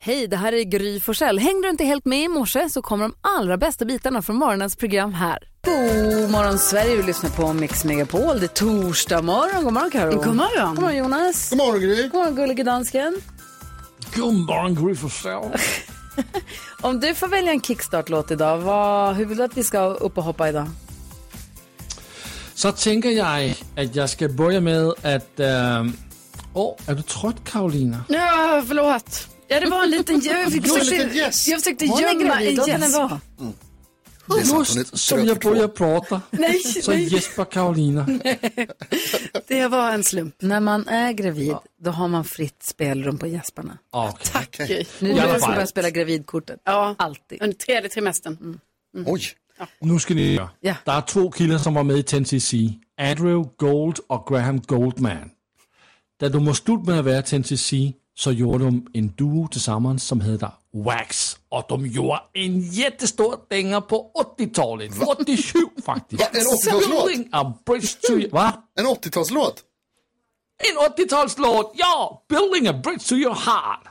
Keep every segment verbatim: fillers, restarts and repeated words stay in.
Hej, det här är Gry Forssell. Hängde du inte helt med i morse så kommer de allra bästa bitarna från morgonens program här. God morgon Sverige, du lyssnar på Mix Megapol. Det är torsdag morgon. God morgon Karo. God morgon. God morgon Jonas. God morgon Gry. God morgon gullige dansken. God morgon Gry Forssell. Om du får välja en kickstart-låt idag, vad, hur vill du att vi ska upp och hoppa idag? Så tänker jag att jag ska börja med att... Äh... Åh, är du trött Karolina? Ja, förlåt. Ja, det var en liten jag försökte, yes. jag försökte Hon gömma en yes. yes. Var. Mm. Just som jag börjar prata nej, så nej. Jesper Karolina. Det var en slump. När man är gravid, då har man fritt spelrum på gäsparna. Okay. Tack. Okay. Nu är det som börjar spela gravidkortet. Ja, alltid. Under tredje trimestern. Mm. Mm. Oj. Ja. Nu ska ni göra. Ja. Det är två killar som var med i ten C C. Andrew Gold och Graham Goldman. När de var slut med att vara ten C C så gjorde de en duo tillsammans som heter Wax. Och de gjorde en jättestor dänga på åttiotalet. åttiosju faktiskt. Va? En åttiotalslåt? Va? En åttiotalslåt? En åttiotalslåt, ja! Building a bridge to your heart.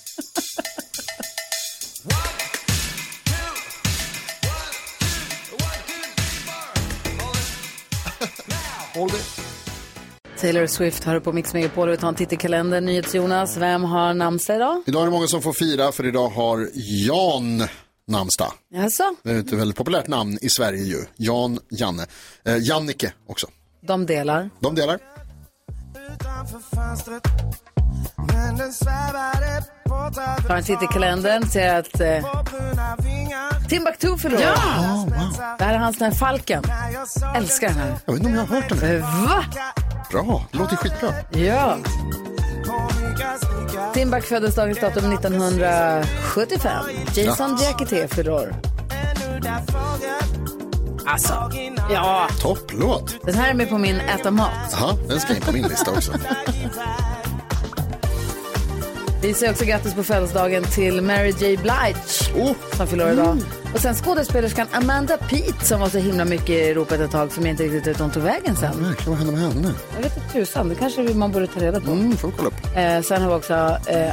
Hold it. Taylor Swift har på Mix Megapol. Vi tar en titt i kalendern. NyhetsJonas, vem har namnsdag idag? Idag är det många som får fira, för idag har Jan namnsdag. Jaså? Det är ett väldigt populärt namn i Sverige ju. Jan, Janne. Eh, Jannike också. De delar. De delar. Tar en titt i kalendern. Ser att eh, Timbuktu förlorar. Ja! Oh, wow. Det här är hans den här Falken. Älskar den här. Jag vet inte om jag har hört den. Eh, Va? Bra, det låter skitbra. Ja. Timbuk föddes dagens datum nittonhundrasjuttiofem. Jason Diakité fyller år. Alltså, ja. Topplåt. Den här är med på min äta mat. Jaha, den ska in på min lista också. Vi säger också grattis på födelsedagen till Mary J. Blige oh. som fyller år idag. Mm. Och sen skådespelerskan Amanda Peet som var så himla mycket i ropet ett tag som jag inte riktigt vet om hon tog vägen sen. Nej, vad hände med henne? Jag vet inte tusan, det kanske man borde ta reda på. Mm, får kolla upp. Eh, sen har vi också eh,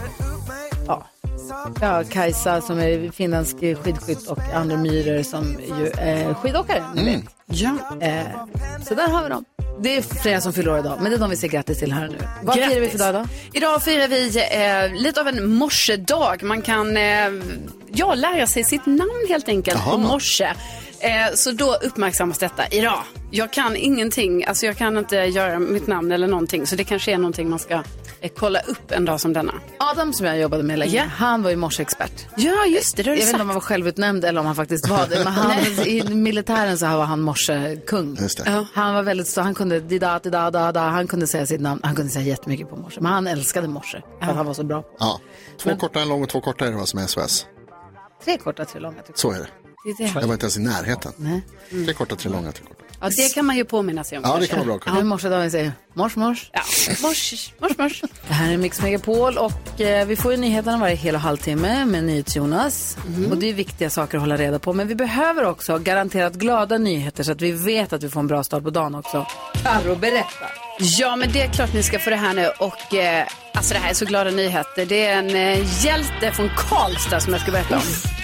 ja, ja, Kajsa som är finländsk skidskytt och andra myror som ju är skidåkare. Mm. Ja. Eh, så där har vi dem. Det är flera som fyller år idag, men det är de vi säger grattis till här nu. Vad grattis. firar vi för dag då? Idag firar vi eh, lite av en morsedag. Man kan eh, ja, lära sig sitt namn helt enkelt. Aha. På morse. Eh, så då uppmärksammas detta idag. Jag kan ingenting, alltså jag kan inte göra mitt namn eller någonting. Så det kanske är någonting man ska eh, kolla upp en dag som denna. Adam som jag jobbade med länge, yeah. han var ju morseexpert. Ja, just det, det har du Jag sagt. vet inte om han var självutnämnd eller om han faktiskt var det. Men han, i militären så var han morsekung. Just det. Uh-huh. Han var väldigt stor, han kunde dida, dida, da, da, han kunde säga sitt namn, han kunde säga jättemycket på morse. Men han älskade morse, för uh-huh. han var så bra. Ja, två men, korta en lång och två korta är det vad som är S O S. Tre korta, tre långa. Så är det. Det är det. Jag var inte ens i närheten. Nej. Mm. Tre korta, tre långa, tre korta. Ja, det kan man ju påminna sig om. Ja, kanske. det kan vara bra. Ja. Nu morsedagen säger mors, mors. Ja, mors, mors, mors. Det här är Mix Megapol och eh, vi får ju nyheterna varje hel och halvtimme med NyhetsJonas. Mm. Och det är viktiga saker att hålla reda på. Men vi behöver också garanterat glada nyheter så att vi vet att vi får en bra start på dagen också. Karo, berätta. Ja, men det är klart ni ska få det här nu. Och eh, alltså det här är så glada nyheter. Det är en eh, hjälte från Karlstad som jag ska berätta om.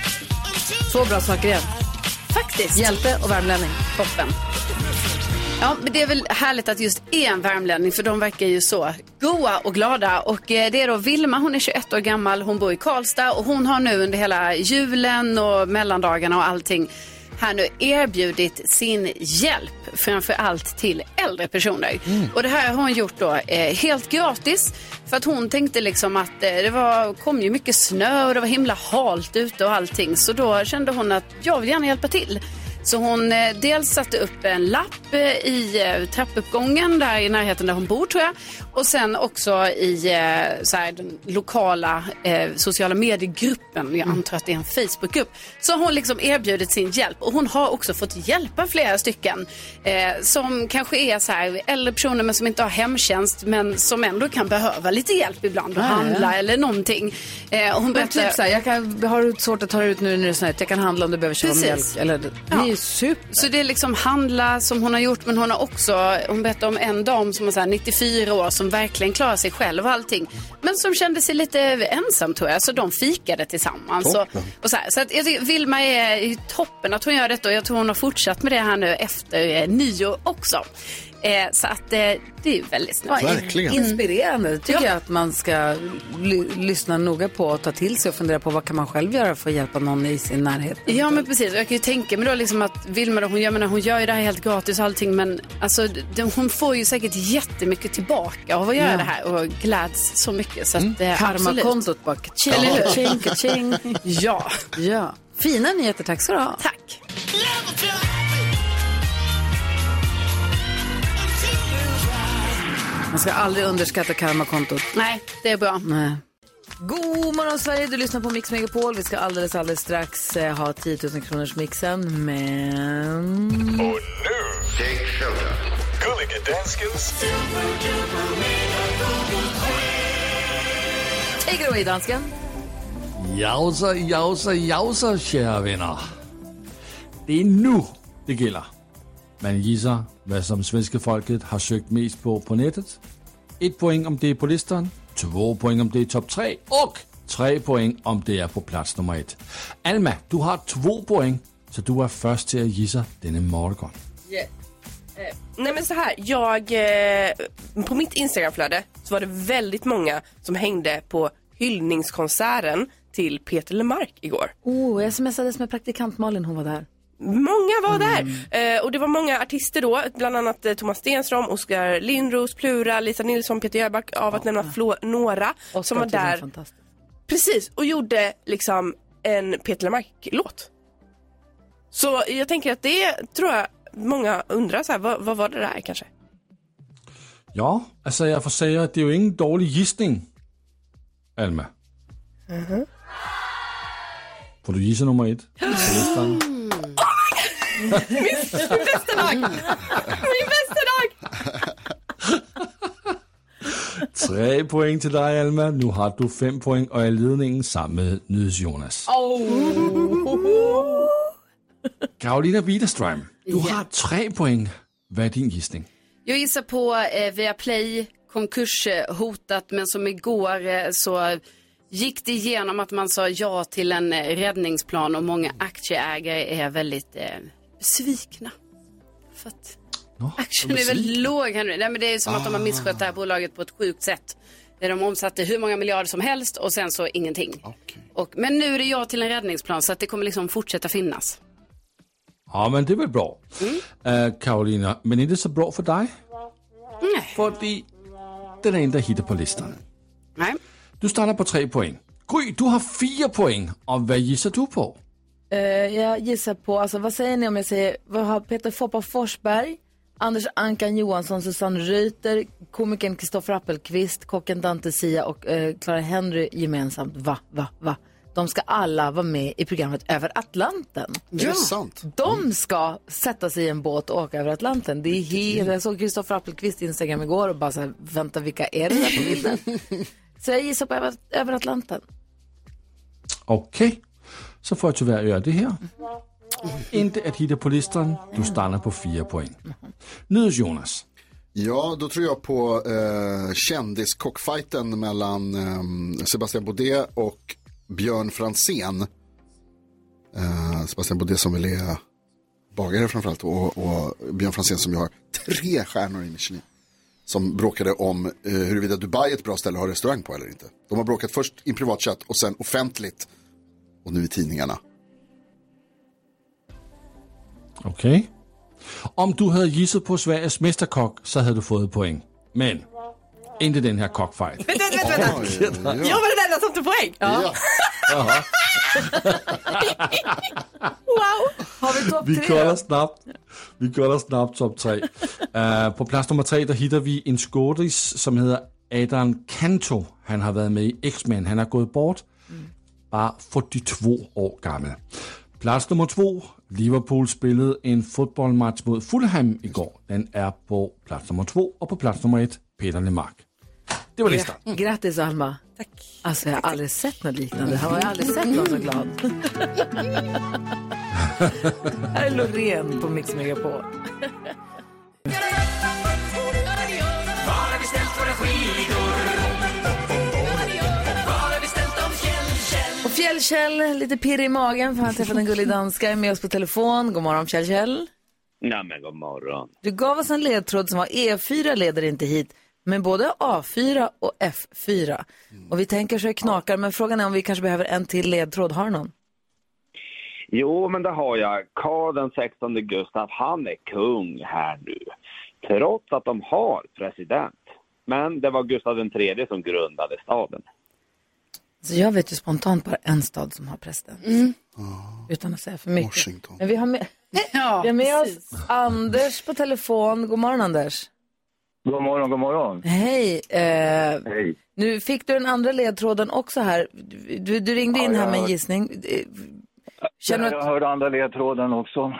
Två bra saker igen. Faktiskt. Hjälte och värmlänning. Toppen. Ja, men det är väl härligt att just är en värmlänning, för de verkar ju så goa och glada. Och eh, det är då Vilma, hon är tjugoett år gammal, hon bor i Karlstad och hon har nu under hela julen och mellandagarna och allting här nu erbjudit sin hjälp, framför allt till äldre personer. Mm. Och det här har hon gjort då eh, helt gratis, för att hon tänkte liksom att eh, det var, kom ju mycket snö och det var himla halt ute och allting. Så då kände hon att jag vill gärna hjälpa till. Så hon eh, dels satte upp en lapp eh, i eh, trappuppgången där i närheten där hon bor, tror jag. Och sen också i eh, så här, den lokala eh, sociala mediegruppen. Jag antar att det är en Facebookgrupp. Så har hon liksom erbjudit sin hjälp. Och hon har också fått hjälpa flera stycken. Eh, som kanske är så här äldre personer men som inte har hemtjänst. Men som ändå kan behöva lite hjälp ibland att ah, handla ja. eller någonting. Eh, och hon berättar, typ så här, jag kan, har svårt att ta ut nu när det är snöigt. Jag kan handla om du behöver köpa mjölk. Eller, det ja. är super. Så det är liksom handla som hon har gjort. Men hon har också, hon berättar om en dam som är så här nittiofyra år som liksom verkligen klara sig själv och allting. Men som kände sig lite ensam tror jag. Så de fikade tillsammans. Och, och så här. Så att jag tycker Vilma är toppen att hon gör detta. Och jag tror hon har fortsatt med det här nu efter eh, nyår också. Eh, så att eh, det är väldigt snabbt. Verkligen. Inspirerande. Tycker Ja. jag att man ska ly- lyssna noga på och ta till sig och fundera på vad kan man själv göra för att hjälpa någon i sin närhet. Ja men precis, jag kan ju tänka mig då liksom att Vilma då, hon, jag menar, hon gör ju det här helt gratis och allting, men alltså, det, hon får ju säkert jättemycket tillbaka av att göra Ja. det här och gläds så mycket så att mm. det Karma-kontot bara ka-ching, ka-ching, ka-ching. Ja. Ja. Fina nyheter, tack ska du ha. Tack. Man ska aldrig underskatta karma-kontot. Nej, det är bra. Nej. God morgon Sverige, du lyssnar på Mix Megapol. Vi ska alldeles, alldeles strax eh, ha tio tusen kronors mixen, men... Och nu, Take Shelter. Gulliga Danskens Take it away, dansken. Jausa, jausa, jausa, kära vänner. Det är nu det gäller. Man gissar vad som svenska folket har sökt mest på på nätet. Ett poäng om det är på listan, två poäng om det är topp tre och tre poäng om det är på plats nummer ett. Alma, du har två poäng, så du är först till att gissa denna morgon. Yeah. Eh, nej men så här, jag eh, på mitt Instagramflöde så var det väldigt många som hängde på hyllningskonserten till Peter Lemark igår. Oh, jag smsades med praktikant Malin, hon var där. Många var där eh, och det var många artister då, bland annat eh, Thomas Stenström, Oskar Lindros, Plura, Lisa Nilsson, Peter Jöback, av att nämna flå- några Oscar som var där. Precis, och gjorde liksom en Peter Lemark-låt. Så jag tänker att det tror jag många undrar så här, vad, vad var det där kanske? Ja, alltså jag får säga att det är ju ingen dålig gissning, Alma. Mhm. Får du gissa nummer ett på listan? Min bästa dag! Min bästa dag! Tre poäng till dig, Alma. Nu har du fem poäng och är ledningen sammen med NyhedsJonas. Oh. Karolina Widerström, du har tre poäng. Vad är din gissning? Jag gissar på eh, Viaplay, konkurshotat, men som igår eh, så gick det igenom att man sa ja till en eh, räddningsplan och många aktieägare är väldigt eh, besvikna. För att No, aktien är väldigt låg här nu. Nej, men det är som att de har misskött det här bolaget på ett sjukt sätt. Där de omsatte hur många miljarder som helst och sen så ingenting. Okay. Och, men nu är det ja till en räddningsplan så att det kommer liksom fortsätta finnas. Ja, men det är väl bra. Mm. Uh, Karolina, men inte så bra för dig? Nej. För den är inte hittar på listan. Nej. Du stannar på tre poäng. Gry, du har fyra poäng. Och vad gissar du på? Uh, jag gissar på, alltså vad säger ni om jag säger, vad har Peter Foppa Forsberg, Anders Ankan Johansson, Susanne Reuter, komikern Kristoffer Appelqvist, kocken Dante Sia och uh, Clara Henry gemensamt. Va, va, va? De ska alla vara med i programmet Över Atlanten. Det är sant. De ska sätta sig i en båt och åka över Atlanten. Det är helt... Jag såg Kristoffer Appelqvist i Instagram igår och bara så här, vänta, vilka är det där på bilden? Så jag gissar på Över, över Atlanten. Okej, okay. Så får jag tyvärr göra det här. Mm. Inte att hitta på listan. Du stannar på fyra poäng. NyhedsJonas. Ja, då tror jag på eh, kändiskockfighten mellan eh, Sebastian Baudet och Björn Franzén. Eh, Sebastian Baudet som väl är bagare framförallt och, och Björn Franzén som ju har tre stjärnor i Michelin. Som bråkade om eh, huruvida Dubai är ett bra ställe att ha restaurang på eller inte. De har bråkat först i privatchatt och sen offentligt. Och nu i tidningarna. Okej. Okay. Om du hade gissat på Sveriges mästerkock så hade du fått poäng. Men inte den här cockfight. Vänta, vänta, vänta. Oj, oj, oj. Jag var den enda som tog poäng. Ja. Ja. Wow. Har vi topp Vi tre? kollar snabbt. Vi kollar snabbt topp tre. Uh, på plats nummer tre där hittar vi en skådis som heter Adam Canto. Han har varit med i X-Men. Han har gått bort. Mm. Bara fyrtiotvå år gammal. Plats nummer två. Liverpool spelade en fotbollsmatch mot Fulham igår. Den är på plats nummer två. Och på plats nummer ett, Peter Lemark. Det var listan. Ja. Grattis Alma. Tack. Alltså jag har aldrig sett något liknande. Jag har aldrig sett någon så glad. Här är Loreen på Mix Megapol. Var har vi ställt våra skivor? Fjällkäll, lite pirr i magen för han träffat en gullig danska med oss på telefon. God morgon Fjällkäll. Nej men god morgon. Du gav oss en ledtråd som var E fyra leder inte hit, men både A fyra och F fyra. Mm. Och vi tänker så är knakar, men frågan är om vi kanske behöver en till ledtråd. Har du någon? Jo, men det har jag. Karl den sextonde Gustav, han är kung här nu. Trots att de har president. Men det var Gustav den tredje som grundade staden. Så jag vet ju spontant bara en stad som har president. Mm. Utan att säga för mycket. Washington. Men vi har med, Ja, vi har med precis. oss Anders på telefon. God morgon Anders. God morgon, god morgon. Hej. Eh, Hej. Nu fick du den andra ledtråden också här. Du, du ringde Ja, in här jag med en hör- gissning. Känner Jag, du jag att hörde andra ledtråden också.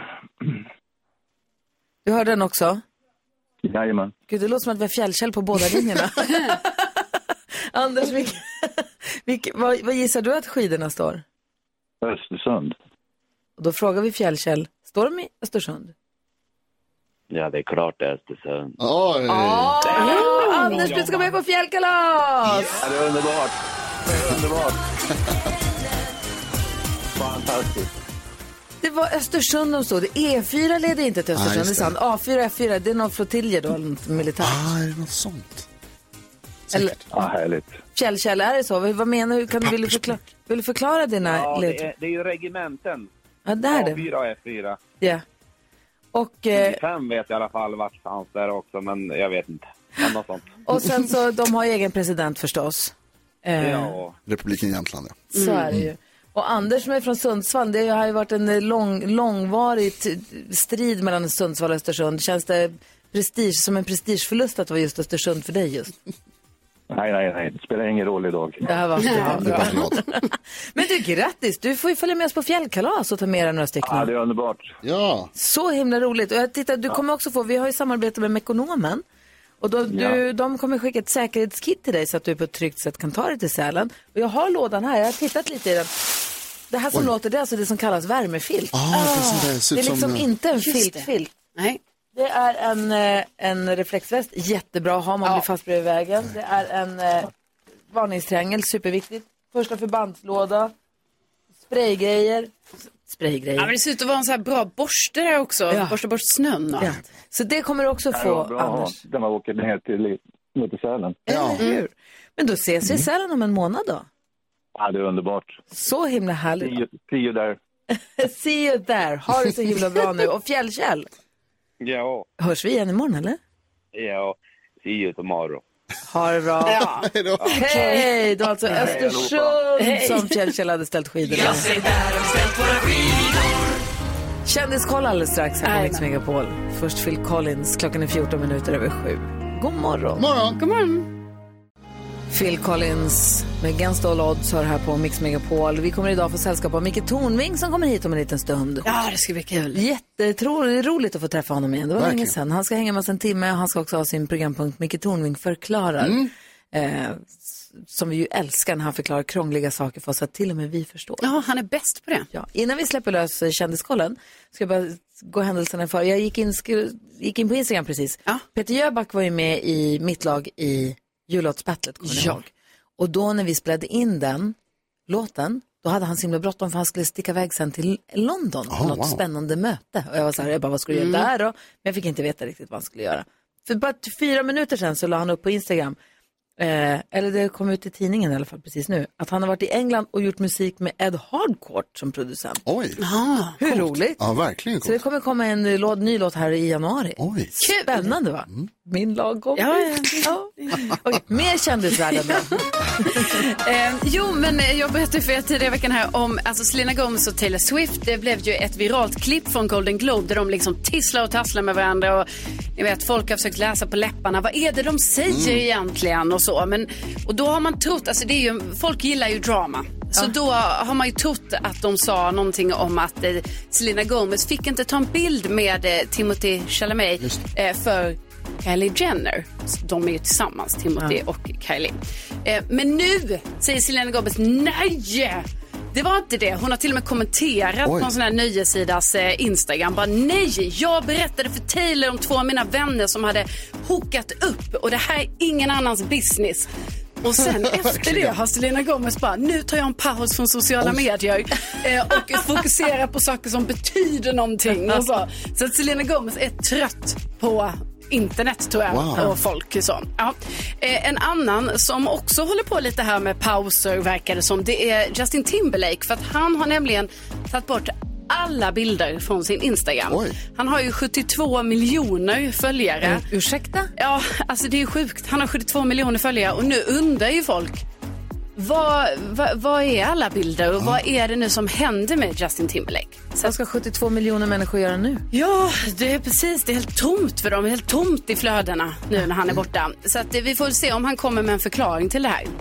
du hörde den också? Jajamän. Gud, det låter som att vi har Fjällkäll på båda linjerna. Anders, vilk, vilk, vad, vad gissar du att skidorna står? Östersund. Och då frågar vi Fjällkäll, står de i Östersund? Ja, det är klart det är Östersund. Oj! Oh, Anders, du ska med på fjällkalas! Ja, det är underbart. Det är underbart. Fantastiskt. Det var Östersund de stod. E fyra leder inte till Östersund, Nej, det är just det. sant. A fyra, F fyra, det är någon flottiljer då, något militärt. Ah, är det något sånt? Eller Ja, härligt. Fjällkäll, är det så? Vad menar du? Kan du vill du förklara, vill du förklara dina Ja, det ledtrådar? är, det är ju regementen. Ja, där är det. A fyra och F fyra. Ja. Och, eh, Fem vet jag i alla fall vart fanns där också, men jag vet inte. Men något sånt. och sen så, de har ju egen president förstås. Eh, Ja. Republiken Jämtland, ja. Så är det ju. Och Anders som är från Sundsvall, det har ju varit en lång, långvarigt strid mellan Sundsvall och Östersund. Känns det prestige, som en prestigeförlust att det var just Östersund för dig just? Nej, nej, nej. Det spelar ingen roll idag. Det här var Det är bara glad. Men du, grattis! Du får ju följa med oss på fjällkalas och ta med dig några stycken. Ja, det är underbart. Ja, Så himla roligt. Och jag tittar, du kommer också få, vi har ju samarbete med Mekonomen. Och då, du, de kommer skicka ett säkerhetskit till dig så att du på ett tryggt sätt kan ta dig till Sälen. Och jag har lådan här, jag har tittat lite i den. Det här som Oj. låter, det är alltså det som kallas värmefilt. ah, det är sånt där. Ser Det ut är liksom som, inte en Just det. filtfilt. Nej. Det är en, eh, en reflexväst, jättebra att ha om man Ja. blir fast bredvid vägen. Det är en eh, varningstriangel, superviktigt. Första förbandslåda, spraygrejer. Spraygrejer. Ja, men det ser ut att vara en så här bra borste där också. Ja. Borsta bort snön och Ja. allt. Så det kommer du också Det få, var bra Anders. när man åker ner till, ner till Sälen. Ja. Eller hur? Men då ses vi i Sälen om en månad då. Ja, det är underbart. Så himla See härligt. you, see you there. See you there. Ha det så himla bra nu. Och Fjällkäll, Ja, hörs vi igen imorgon eller? ja. See you tomorrow. Ha det bra. Ja. Hej då. Hej! Det var alltså Östersund som Fjällkäll hade ställt skidorna. Kändiskoll alldeles strax här på Mix Megapol. Först Phil Collins, klockan är fjorton minuter över sju. God morgon. Morgon. God morgon. Phil Collins med Against All Odds hör här på Mix Megapol. Vi kommer idag få sällskap av Micke Tornving som kommer hit om en liten stund. Ja, det ska bli kul. Jätteroligt att få träffa honom igen. Det var Verkligen. länge sedan. Han ska hänga med oss en timme och han ska också ha sin programpunkt Micke Tornving förklarar. Mm. Eh, som vi ju älskar när han förklarar krångliga saker för oss att till och med vi förstår. Ja, han är bäst på det. Ja, innan vi släpper lös eh, kändiskollen ska jag bara gå händelserna för. Jag gick in, skru, gick in på Instagram precis. Ja. Peter Jöback var ju med i mitt lag i jullåtsbattlet, kommer ni Ja. ihåg? Och då när vi spelade in den låten, då hade han så himla bråttom för han skulle sticka iväg sen till London på Oh, något wow. spännande möte. Och jag var så här, jag bara, vad skulle du göra där då? Men jag fick inte veta riktigt vad han skulle göra. För bara t- fyra minuter sedan så la han upp på Instagram, eh, eller det kom ut i tidningen i alla fall precis nu, att han har varit i England och gjort musik med Ed Hardcourt som producent. Oj. Ah, Hur roligt? Ja, verkligen Så det coolt. kommer komma en ny låt, ny låt här i januari. Oj. Spännande va? Min lagkompis. Ja, ja. Ja. Okej, mer kändisvärlden då. Eh, jo, men eh, jag berättade för er tidigare i veckan här om alltså Selena Gomez och Taylor Swift. Det blev ju ett viralt klipp från Golden Globe där de liksom tisslar och tasslar med varandra. Och jag vet, folk har försökt läsa på läpparna. Vad är det de säger egentligen och så. Men, och då har man trott, alltså det är ju, folk gillar ju drama. Så då har man ju trott att de sa någonting om att eh, Selena Gomez fick inte ta en bild med eh, Timothy Chalamet eh, för Kylie Jenner. De är ju tillsammans, Timothy Ja. och Kylie. Eh, men nu säger Selena Gomez, nej! Det var inte det. Hon har till och med kommenterat Oj. på en sån här nöjessidas eh, Instagram. Bara, nej, jag berättade för Taylor om två av mina vänner som hade hookat upp. Och det här är ingen annans business. Och sen efter det har Selena Gomez bara, nu tar jag en paus från sociala Oj. medier eh, och fokuserar på saker som betyder någonting. Och så. Så att Selena Gomez är trött på internet, tror jag, wow. och folk så. Ja. Eh, en annan som också håller på lite här med pauser, verkar det som, det är Justin Timberlake, för att han har nämligen tagit bort alla bilder från sin Instagram. Oj. Han har ju sjuttiotvå miljoner följare. Mm, ursäkta? Ja, alltså det är sjukt. Han har sjuttiotvå miljoner följare och nu undrar ju folk, vad, vad, vad är alla bilder och vad är det nu som händer med Justin Timberlake? Så vad ska sjuttiotvå miljoner människor göra nu? Ja, det är precis. Det är helt tomt för dem. Det är helt tomt i flödena nu när han är borta. Så att vi får se om han kommer med en förklaring till det här.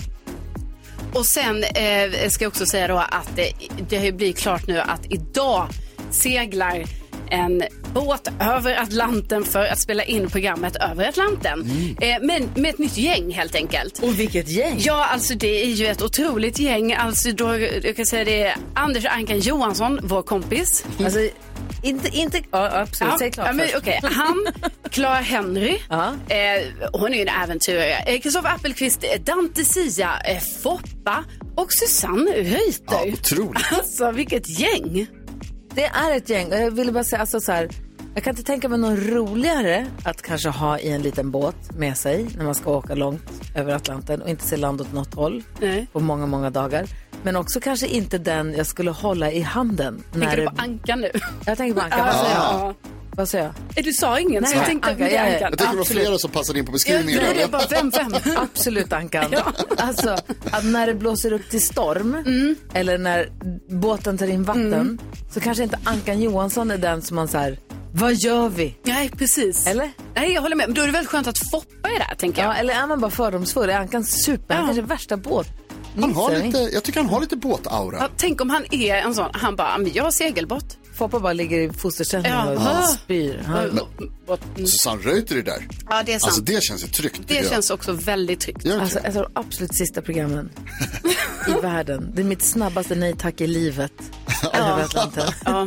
Och sen eh, ska jag också säga då att det, det blir klart nu att idag seglar en båt över Atlanten för att spela in programmet Över Atlanten. Mm. Eh, men med ett nytt gäng helt enkelt. Och vilket gäng? Ja, alltså det är ju ett otroligt gäng. Alltså då, jag kan säga det är Anders Ankan Johansson, vår kompis. Alltså inte, inte ja, absolut, ja, säg klart ja, men, okay. Han, Clara Henry, ja. eh, hon är ju en äventyrare. Kristoffer Appelqvist, Dante Sia, eh, Foppa och Susanne Reuter. Ja, otroligt. Alltså vilket gäng. Det är ett gäng. Jag ville bara säga, alltså så här, jag kan inte tänka mig något roligare att kanske ha i en liten båt med sig när man ska åka långt över Atlanten och inte se land åt något håll Nej. på många, många dagar. Men också kanske inte den jag skulle hålla i handen. Tänker när du det... på Ankan nu? Jag tänker på Ankan. Vad säger jag? Vad säger jag? Du sa ingen, Nej, så jag tänkte Ankan, på jag, Ankan. Jag tänker på flera som passar in på beskrivningen. Ja, det är bara fem, fem. Absolut Ankan. Ja. Alltså, att när det blåser upp till storm mm. eller när båten tar in vatten mm. så kanske inte Ankan Johansson är den som man så här, vad gör vi? Nej, precis. Eller? Nej, jag håller med. Men då är det väldigt skönt att Foppa är där, tänker jag. Ja, eller är man bara fördomsfull? Är Ankan super? Ja. Han kanske är värsta båt. Han har lite, jag tycker han har lite båtaura. Ja, tänk om han är en sån, han bara, men jag har segelbåt. Foppa bara ligger i fosterställning ja. och ah. spyr. Men Susanne Reuter är där. Ja, det är sant. Alltså det känns ju tryggt. Det känns också väldigt tryggt. Alltså ett av de absolut sista programmen i världen. Det är mitt snabbaste nej tack i livet. Över Atlanten. Ja.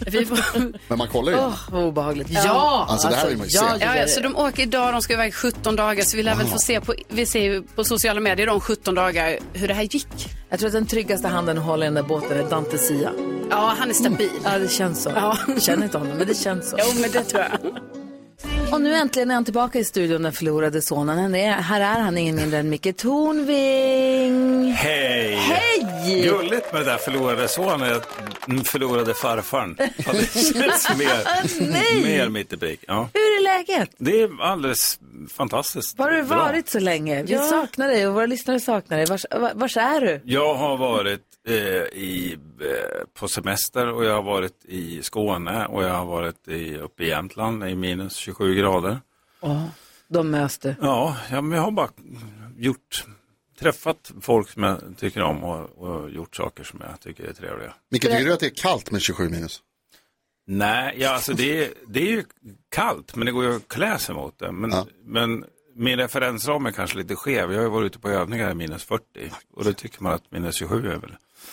Men man kollar ju. Åh, oh, vad obehagligt. Ja. Ja. Alltså det här vill man ju se. Ja, ja, så de åker idag, de ska iväg sjutton dagar. Så vi lär väl få se på, vi ser på sociala medier de sjutton dagar hur det här gick. Jag tror att den tryggaste handen att hålla i den där båten är Dante Sia. Ja, han är stabil. Mm. Ja, det känns så. Ja. Jag känner inte honom, men det känns så. Jo, men det tror jag. Och nu äntligen är han tillbaka i studion, den förlorade sonen. Han är, här är han ingen mindre än Micke Tornving. Hej! Hej! Gulligt med det där förlorade sonen, förlorade farfarn. Ja, det känns mer, mer mitt i prick. Ja. Hur är läget? Det är alldeles fantastiskt. Var har du bra. varit så länge? Vi ja. saknar dig och våra lyssnare saknar dig. Vars, vars är du? Jag har varit eh, i, eh, på semester och jag har varit i Skåne och jag har varit i, uppe i Jämtland i minus tjugosju grader. Oh, de möts du. Ja, ja, men jag har bara gjort, träffat folk som jag tycker om och, och gjort saker som jag tycker är trevliga. Micke, tycker du att det är kallt med tjugosju minus? Nej, ja, alltså det är, det är ju kallt, men det går ju att klä sig mot det. Men, ja. men min referensram är kanske lite skev. Jag har ju varit ute på övningar i minus fyrtio och då tycker man att minus tjugosju är väl...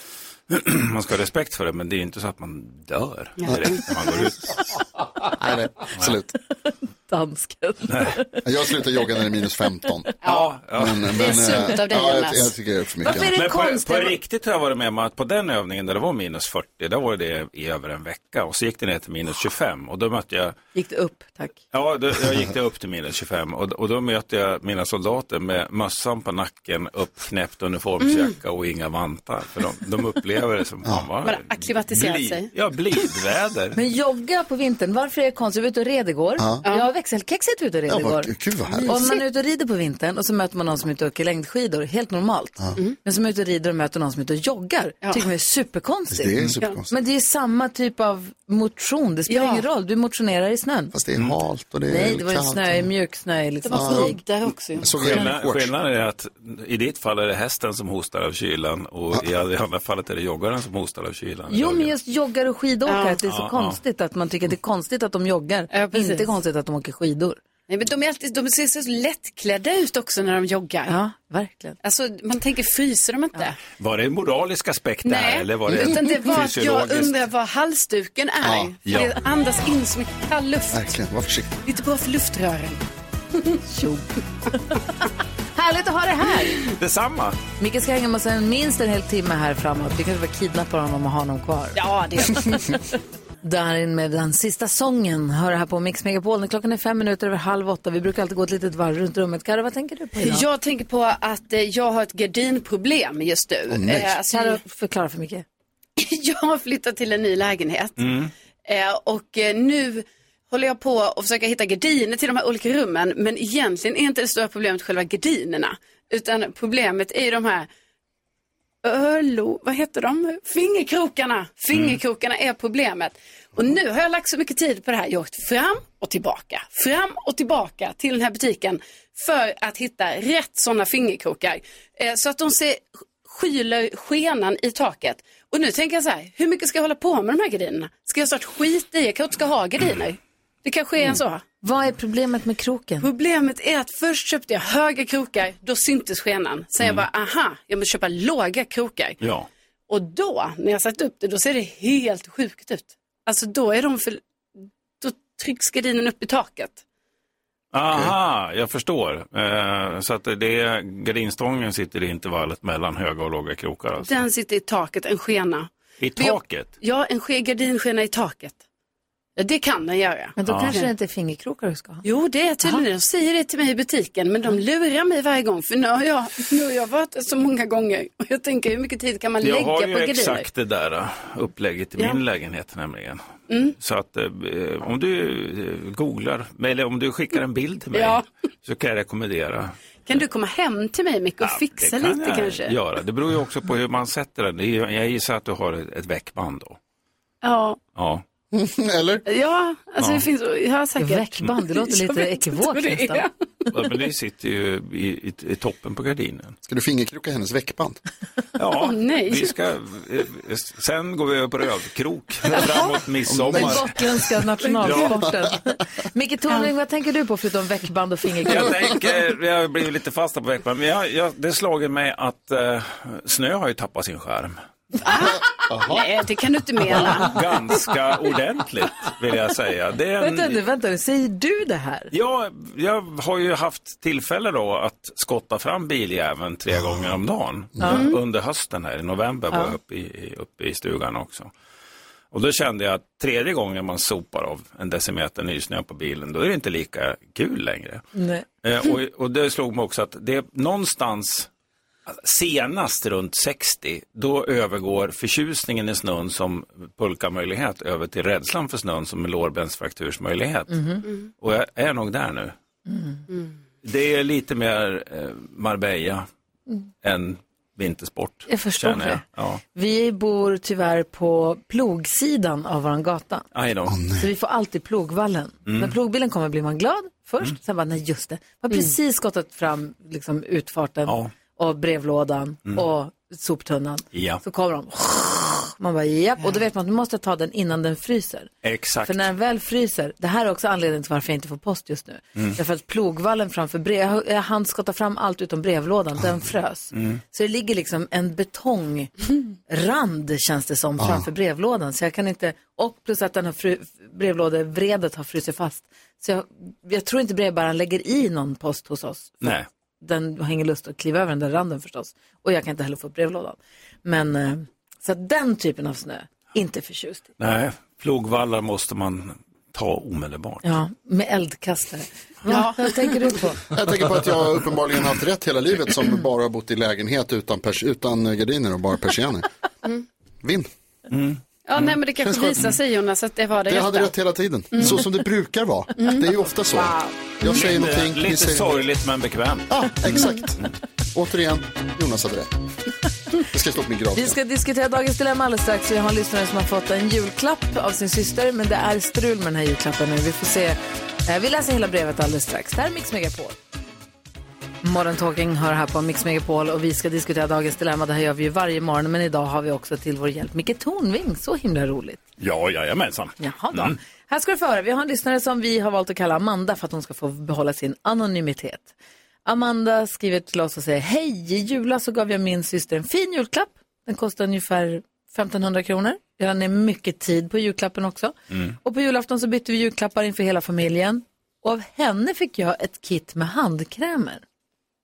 Man ska ha respekt för det, men det är inte så att man dör direkt när man går ut. Nej, nej, absolut. Dansken. Jag slutar jogga när det är minus femton. Ja, ja. Men, men, det är sunt av dig, ja, Jonas. jag, jag tycker det är för mycket. Varför är det men konstigt? På, på riktigt har jag varit med om att på den övningen där det var minus fyrtio, där var det i över en vecka. Och så gick det ner till minus tjugofem. Och då mötte jag... Gick det upp, tack. Ja, då, jag gick det upp till minus tjugofem. Och, och då mötte jag mina soldater med mössan på nacken, uppknäppt uniformsjacka och inga vantar. För de, de upplever det som fan var... Bara akklimatiserat bli, sig. Ja, blidväder. Men jogga på vintern, varför är det konstigt? Vi var ute och red igår. Ja. Jag har växelkexet ute och red ja, igår. vad, gud vad härligt. Om man är ute och rider på vintern och så möter man någon som är ute och åker längdskidor, helt normalt. Ja. Mm. Men som är ute och rider och möter någon som är ute och joggar, ja. tycker man är superkonstigt. Det är superkonstigt. Men det är samma typ av motion, det spelar ja. ingen roll. Du motionerar i snön. Fast det är halt och det är Nej, det var ju kallt. snö, mjuk snö. Liksom. Det var fint där också. Skillnaden, skillnaden är att i ditt fall är det hästen som hostar av kylan och ja. i det andra fallet är det joggaren som hostar av kylan. Jo, men just joggar och skidåkare, ja. det är så ja, konstigt ja. att man tycker att det är konstigt att de joggar. Ja, inte konstigt att de åker skidor. Nej, men de, är alltid, de ser så lättklädda ut också när de joggar. Ja, verkligen. Alltså, man tänker, fryser de inte? Ja. Var det en moralisk aspekt där? Nej, eller var det utan det var att jag undrar vad halsduken är. Ja, ja. Det andas in så mycket kall luft. Verkligen, var försiktig. Lite bra för luftrören. Tjo. Härligt att ha det här. Detsamma. Micke ska hänga med oss en minst en hel timme här framåt. Vi kanske var kidnappa honom och ha honom kvar. Ja, det är Där in med den sista sången. Hör här på Mix Megapol. Klockan är fem minuter över halv åtta. Vi brukar alltid gå ett litet varv runt rummet. Karo, vad tänker du på idag? Jag tänker på att eh, jag har ett gardinproblem just nu. Oh, nej. Eh, alltså, Karo, förklara för mycket. Jag har flyttat till en ny lägenhet. Mm. Eh, och eh, nu håller jag på att försöka hitta gardiner till de här olika rummen. Men egentligen är inte det stora problemet själva gardinerna. Utan problemet är ju de här Ölo, vad heter de? Fingerkrokarna. Fingerkrokarna är problemet. Och nu har jag lagt så mycket tid på det här. Jag har åkt fram och tillbaka. Fram och tillbaka till den här butiken. För att hitta rätt sådana fingerkrokar. Eh, så att de ser skyler skenan i taket. Och nu tänker jag så här. Hur mycket ska jag hålla på med de här gardinerna? Ska jag snart skita i? Jag kanske inte ska ha gardiner. Det kanske är en så. Vad är problemet med kroken? Problemet är att först köpte jag höga krokar, då syntes skenan. Sen jag bara, aha, jag måste köpa låga krokar. Ja. Och då, när jag satt upp det, då ser det helt sjukt ut. Alltså då är de för, då trycks gardinen upp i taket. Aha, jag förstår. Eh, så att det är, gardinstången sitter i intervallet mellan höga och låga krokar. Alltså. Den sitter i taket, en skena. I taket? Ja, en ske, gardinskena i taket. Ja, det kan den göra. Men då ja. kanske det inte är fingerkrokar du ska ha. Jo, det är tydligen det. De säger det till mig i butiken. Men de lurar mig varje gång. För nu har jag, nu har jag varit så många gånger. Och jag tänker, hur mycket tid kan man jag lägga på gardiner? Jag har ju exakt det där upplägget i ja. min lägenhet nämligen. Mm. Så att eh, om du eh, googlar, eller om du skickar en bild till mig ja. så kan jag rekommendera. Kan du komma hem till mig, Micke, och ja, fixa det kan lite jag kanske? Göra. Det beror ju också på hur man sätter den. Jag gissar att du har ett, ett väckband då. Ja. Ja. Eller? Ja, alltså ja. det finns, jag har säkert. Väckband, det låter lite ekivokt nästan. Ja, men det sitter ju i, i, i toppen på gardinen. Ska du fingerkroka hennes väckband? Ja, oh, nej. vi ska, sen går vi över på rövkrok framåt midsommar. Den gotländska nationalsporten. Ja. Micke Tornving, vad tänker du på förutom väckband och fingerkrok? Jag tänker, jag har blivit lite fast på väckband, men jag, jag, det slår mig att uh, snö har ju tappat sin skärm. Ah, nej, det kan du inte mena. Ganska ordentligt vill jag säga. Det är en... Vänta nu, vänta nu, säger du det här? Ja, jag har ju haft tillfälle då att skotta fram biljäveln tre gånger om dagen. Mm. Under hösten här i november var jag uppe i, uppe i stugan också. Och då kände jag att tredje gången man sopar av en decimeter nysnö på bilen, då är det inte lika kul längre. Nej. Eh, och, och det slog mig också att det är någonstans senast runt sextio, då övergår förtjusningen i snön som pulkamöjlighet över till rädslan för snön som en lårbensfraktursmöjlighet. Mm. Mm. Och jag är nog där nu. Mm. Det är lite mer eh, Marbella mm. än vintersport. Jag förstår jag. det. Ja. Vi bor tyvärr på plogsidan av vår gata. Aj då. Oh, så vi får alltid plogvallen. Mm. När plogbilen kommer blir man glad först. Mm. Sen bara, nej just det. Man har precis mm. skottat fram liksom, utfarten. Ja. Och brevlådan mm. och soptunnan. Ja. Så kommer de. Man bara, japp. Och då vet man att man måste ta den innan den fryser. Exakt. För när den väl fryser, det här är också anledningen till varför jag inte får post just nu. Mm. Därför att plogvallen framför brev, jag hann skotta fram allt utom brevlådan, den frös. Mm. Så det ligger liksom en betongrand, känns det som, framför ah. brevlådan. Så jag kan inte, och plus att den här fru, brevlådevredet har frusit fast. Så jag, jag tror inte brevbäraren lägger i någon post hos oss. Nej. Den har ingen lust att kliva över den där randen förstås. Och jag kan inte heller få upp brevlådan. Men så att den typen av snö, inte förtjust. Nej, plogvallar måste man ta omedelbart. Ja, med eldkastare. Ja, vad tänker du på? Jag tänker på att jag uppenbarligen haft rätt hela livet som bara har bott i lägenhet utan, pers- utan gardiner och bara persianer. Mm. Vinn. Mm. Ja, nej, men det kanske mm. visar sig, Jonas, att det var det Jag rätta. hade rätt hela tiden, mm. så som det brukar vara. Mm. Det är ju ofta så. Wow. Jag säger lite, någonting. Lite säger... sorgligt men bekvämt. Ja, exakt. Mm. Återigen, Jonas hade rätt. Det ska stå på min grav. Vi ska diskutera dagens dilemma alldeles strax. Vi har en lyssnare som har fått en julklapp av sin syster, men det är strul med den här julklappen nu. Vi får se. Vi läser hela brevet alldeles strax. Det här är Mix Megapol. Morgon Talking hör här på Mix Megapol och vi ska diskutera dagens dilemma. Det här gör vi ju varje morgon, men idag har vi också till vår hjälp Micke Tornving. Så himla roligt. Ja, jajamensan. Jaha då. Mm. Här ska du få höra. Vi har en lyssnare som vi har valt att kalla Amanda för att hon ska få behålla sin anonymitet. Amanda skriver till oss och säger: hej, i julas så gav jag min syster en fin julklapp. Den kostar ungefär femtonhundra kronor. Jag har ner mycket tid på julklappen också. Mm. Och på julafton så bytte vi julklappar inför hela familjen. Och av henne fick jag ett kit med handkrämer.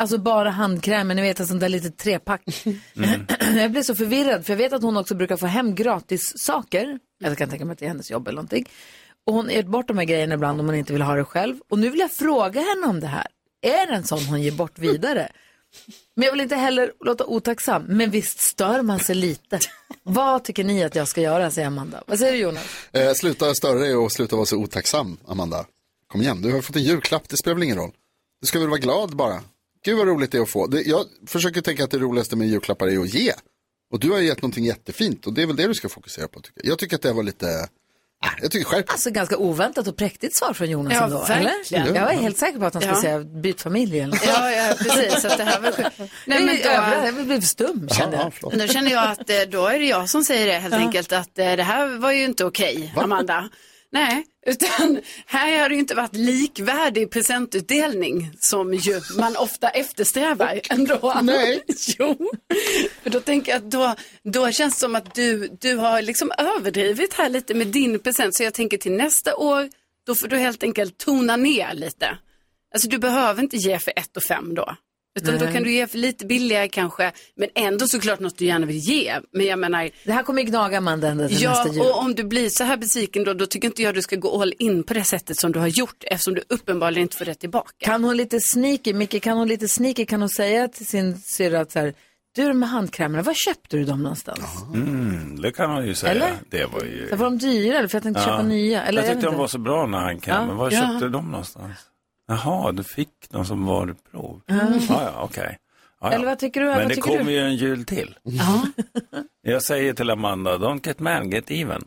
Alltså bara handkrämen, ni vet en sån där litet trepack. Mm. Jag blev så förvirrad för jag vet att hon också brukar få hem gratis saker. Jag kan tänka mig att det är hennes jobb eller någonting. Och hon är bort de här grejerna ibland om hon inte vill ha det själv. Och nu vill jag fråga henne om det här. Är det en sån hon ger bort vidare? Men jag vill inte heller låta otacksam. Men visst stör man sig lite. Vad tycker ni att jag ska göra, säger Amanda. Vad säger du, Jonas? Eh, sluta störa dig och sluta vara så otacksam, Amanda. Kom igen, du har fått en julklapp, det spelar väl ingen roll. Du ska väl vara glad bara. Gud vad roligt det är att få. Det, jag försöker tänka att det roligaste med julklappar är att ge. Och du har gett någonting jättefint och det är väl det du ska fokusera på, tycker jag. Jag tycker att det var lite... Jag tycker själv. Alltså ganska oväntat och präktigt svar från Jonas ja, ändå, verkligen. eller? Jag var helt säker på att han skulle ja. säga byt familj eller något. Ja, ja, precis. Att det här var... Nej, men då... Jag blev stum, kände jag. Ja, då känner jag att då är det jag som säger det helt ja. enkelt. Att det här var ju inte okej, Va? Amanda. Nej, utan här har det ju inte varit likvärdig presentutdelning som ju man ofta eftersträvar ändå. Nej. Jo, för då tänker jag att då, då känns det som att du, du har liksom överdrivit här lite med din present. Så jag tänker till nästa år, då får du helt enkelt tona ner lite. Alltså du behöver inte ge för ett och fem då. Utan Nej. Då kan du ge för lite billigare kanske. Men ändå såklart något du gärna vill ge. Men jag menar... Det här kommer gnaga man den till ja, nästa jul. Och om du blir så här besviken då, då tycker inte jag du ska gå all in på det sättet som du har gjort. Eftersom du uppenbarligen inte får det tillbaka. Kan hon lite sneaky, Micke, kan hon lite sneaky, kan hon säga till sin syrra att så här, du de här handkrämerna, var köpte du dem någonstans? Mm, det kan man ju säga. Eller? Det var ju... Så var de dyra eller för jag tänkte ja. köpa nya? Eller jag tyckte de var så bra när handkrämer. Ja. Var ja. köpte du dem någonstans? Jaha, du fick någon som var prov. Mm. Ja, ja, okej. Okay. Ja, ja. Eller vad tycker du? Men vad det kommer du? Ju en jul till. Ja. Jag säger till Amanda, don't get mad, get even.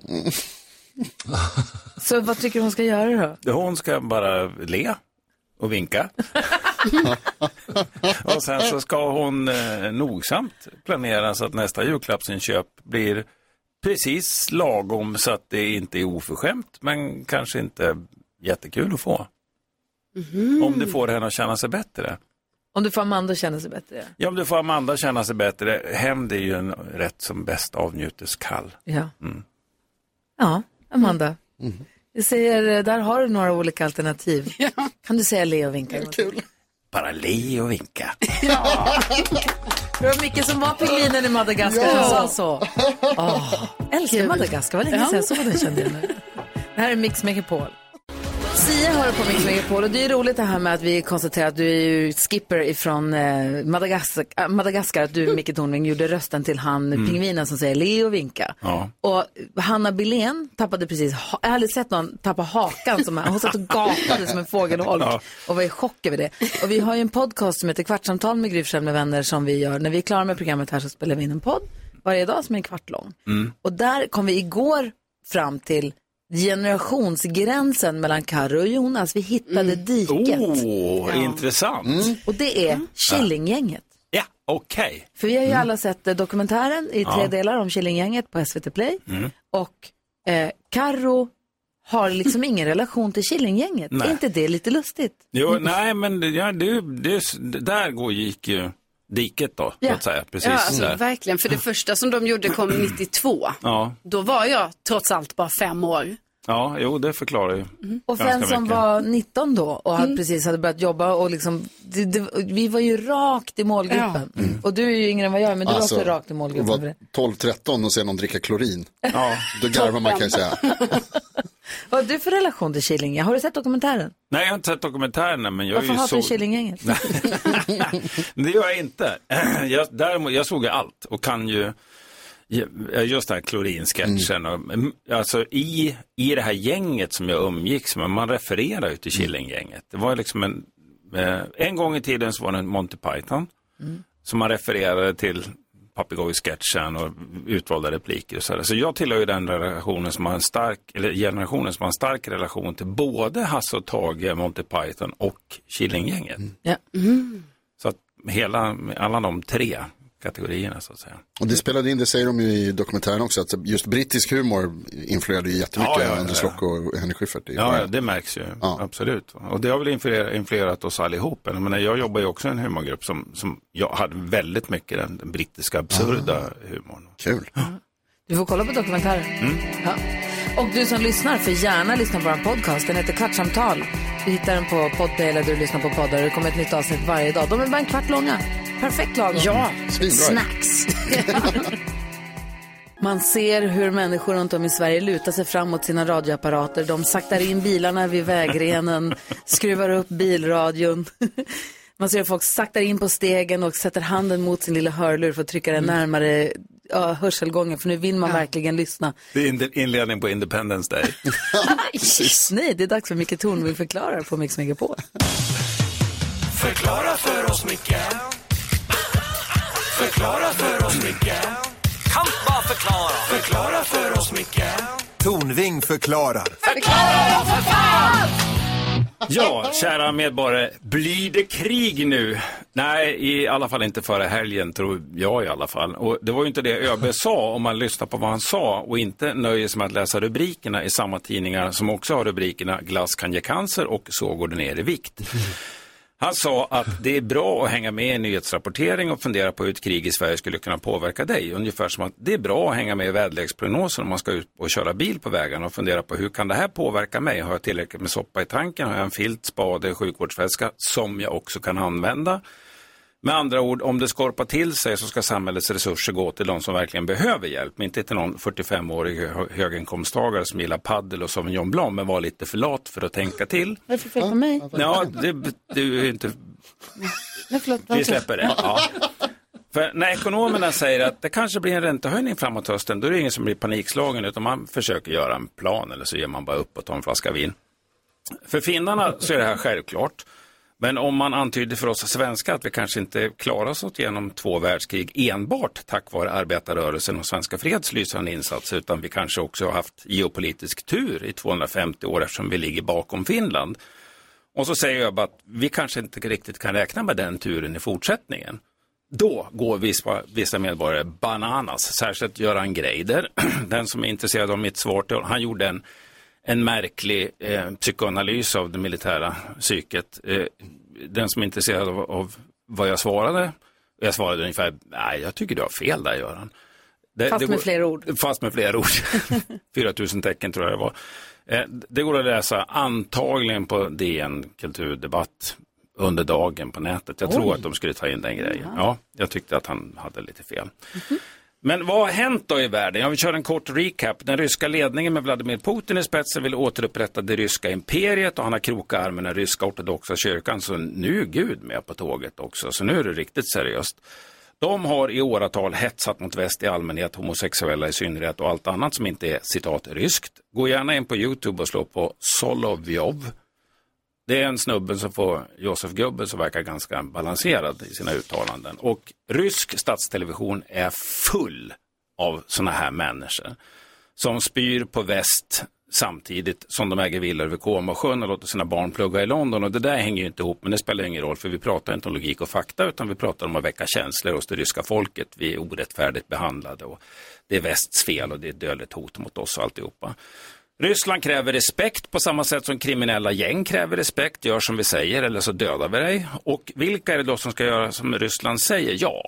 Så vad tycker du hon ska göra då? Hon ska bara le och vinka. Och sen så ska hon eh, nogsamt planera så att nästa julklappsinköp blir precis lagom så att det inte är oförskämt men kanske inte jättekul att få. Mm. Om det får henne att känna sig bättre. Om du får Amanda att känna sig bättre? Ja, om du får Amanda att känna sig bättre. Hem det är ju en rätt som bäst avnjutes kall. Ja, mm. ja Amanda. Mm. Jag säger, där har du några olika alternativ. Ja. Kan du säga le och vinka? Det är kul. Bara le och vinka. Ja. Det var mycket som var pingvinen i Madagaskar. Ja. Sa så. Oh, älskar Madagaskar. Vad länge sedan så var det, kände jag nu. Det här är Mix Megapol. Sia hör på Mix Megapol och det är roligt det här med att vi konstaterar att du är ju skipper ifrån eh, Madagaskar, Madagaskar, att du, Micke Tornving, gjorde rösten till han mm. pingvinen som säger le och vinka. Ja. Och Hanna Billén tappade precis, jag har aldrig sett någon tappa hakan som hon satt och gapade som en fågelholk ja. och var i chock över det. Och vi har ju en podcast som heter Kvartsamtal med Gry Forssell med vänner som vi gör. När vi är klara med programmet här så spelar vi in en podd varje dag som är en kvart lång. Mm. Och där kom vi igår fram till generationsgränsen mellan Karo och Jonas. Vi hittade mm. diket. Åh, oh, ja. intressant. Mm. Och det är Killinggänget. Ja, okej. Okay. För vi har ju mm. alla sett dokumentären i tre ja. delar om Killinggänget på S V T Play. Mm. Och eh, Karo har liksom ingen relation till Killinggänget. Är inte det lite lustigt? Jo, nej, men ja, det, det, där går, gick ju diket då, ja. så att säga. Precis, ja, alltså, verkligen. För det första som de gjorde kom nittiotvå. Ja. Då var jag trots allt bara fem år. Ja, jo, det förklarar ju. Mm. Och för en som mycket. var nitton då och hade mm. precis hade börjat jobba och liksom, det, det, vi var ju rakt i målgruppen. Ja. Mm. Och du är ju yngre än vad jag är, men du alltså, var också rakt i målgruppen. Var tolv tretton och se någon dricka klorin. Ja. Då garvar man, kan jag säga. Vad har du för relation till Killinggänget? Har du sett dokumentären? Nej, jag har inte sett dokumentären, men jag Varför är ju hatar så... du Killinggänget? Det gör jag inte. Jag, däremot, jag såg allt och kan ju just den här klorinsketchen. Mm. Och, alltså i, i det här gänget som jag umgicks med, man refererar ju till Killinggänget. Det var liksom en, en gång i tiden så var det en Monty Python mm. som man refererade till papegojsketchen och utvalda repliker och så där. Så jag tillhör ju den relationen som har en stark, eller generationen som har en stark relation till både Hasse och Tage, Monty Python och Killinggänget. Mm. Ja. Mm. Så att hela, alla de tre kategorierna så att säga. Och det spelade in, det säger de ju i dokumentären också, att just brittisk humor influerade ju jättemycket ja, ja, Anders Lock och Henry Schyffert. Ja, ja, det märks ju. Ja. Absolut. Och det har väl influerat, influerat oss allihop. Jag menar, jag jobbar ju också i en humorgrupp som, som jag hade väldigt mycket den, den brittiska absurda ah. humorn. Kul. Ja. Du får kolla på dokumentären. Mm. Ja. Och du som lyssnar får gärna lyssna på vår podcast. Den heter Kvartsamtal Du hittar den på Podplay eller du lyssnar på poddar. Det kommer ett nytt avsnitt varje dag. De är bara en kvart långa. Perfekt lagom. Ja, snacks. Man ser hur människor runt om i Sverige lutar sig fram mot sina radioapparater. De saktar in bilarna vid vägrenen, skruvar upp bilradion. Man ser hur folk saktar in på stegen och sätter handen mot sin lilla hörlur för att trycka den närmare ja, hörselgången. För nu vill man ja. verkligen lyssna. Det är inledning på Independence Day. Nej, det är dags för Micke Tornving förklarar på Mix Megapol. Förklara för oss, Micke. Förklara för oss, Micke. Kan bara förklara. Förklara för oss, Micke. Tornving förklarar. Förklara för fan! Ja, kära medborgare, blir det krig nu? Nej, i alla fall inte före helgen, tror jag i alla fall. Och det var ju inte det ÖB sa om man lyssnar på vad han sa och inte nöjer sig med att läsa rubrikerna i samma tidningar som också har rubrikerna glass kan ge cancer och så går det ner i vikt. Han sa att det är bra att hänga med i nyhetsrapportering och fundera på hur ett krig i Sverige skulle kunna påverka dig. Ungefär som att det är bra att hänga med i väderleksprognoser om man ska ut och köra bil på vägarna och fundera på hur kan det här påverka mig? Har jag tillräckligt med soppa i tanken? Har jag en filt, spade, sjukvårdsväska som jag också kan använda? Med andra ord, om det skorpar till sig så ska samhällets resurser gå till de som verkligen behöver hjälp. Men inte till någon fyrtiofem-årig höginkomsttagare som gillar paddel och som John Blom men var lite för lat för att tänka till. Vad är det för fel på mig? Ja, det, det är inte... Nej, förlåt, Vi släpper det. Ja. För när ekonomerna säger att det kanske blir en räntehöjning framåt hösten, då är det ingen som blir panikslagen utan man försöker göra en plan eller så ger man bara upp och tar en flaska vin. För finnarna så är det här självklart. Men om man antyder för oss svenskar att vi kanske inte klarar oss åt genom två världskrig enbart tack vare arbetarrörelsen och svenska fredslysande insatser utan vi kanske också har haft geopolitisk tur i tvåhundrafemtio år eftersom vi ligger bakom Finland. Och så säger jag bara att vi kanske inte riktigt kan räkna med den turen i fortsättningen. Då går vissa, vissa medborgare bananas, särskilt Göran Greider, den som är intresserad av mitt svar till, han gjorde en En märklig eh, psykoanalys av det militära psyket. Eh, den som är intresserad av, av vad jag svarade. Jag svarade ungefär, nej jag tycker du har fel där Göran. Det, fast det med går, fler ord. Fast med fler ord. fyra tusen tecken tror jag det var. Eh, det går att läsa antagligen på D N Kulturdebatt under dagen på nätet. Jag Oj. tror att de skulle ta in den grejen. Ja, jag tyckte att han hade lite fel. Mm-hmm. Men vad har hänt då i världen? Jag vill köra en kort recap. Den ryska ledningen med Vladimir Putin i spetsen vill återupprätta det ryska imperiet och han har krokat armen den ryska ortodoxa kyrkan. Så nu är Gud med på tåget också. Så nu är det riktigt seriöst. De har i åratal hetsat mot väst i allmänhet, homosexuella i synnerhet och allt annat som inte är citat ryskt. Gå gärna in på YouTube och slå på Solovjov. Det är en snubben som får Josef Goebbels som verkar ganska balanserad i sina uttalanden. Och rysk statstelevision är full av såna här människor som spyr på väst samtidigt som de äger villor vid Comosjön och låter sina barn plugga i London. Och det där hänger ju inte ihop, men det spelar ingen roll för vi pratar inte om logik och fakta utan vi pratar om att väcka känslor hos det ryska folket. Vi är orättfärdigt behandlade och det är västs fel och det är ett dödligt hot mot oss och alltihopa. Ryssland kräver respekt på samma sätt som kriminella gäng kräver respekt. Gör som vi säger eller så dödar vi dig. Och vilka är det då som ska göra som Ryssland säger? Ja,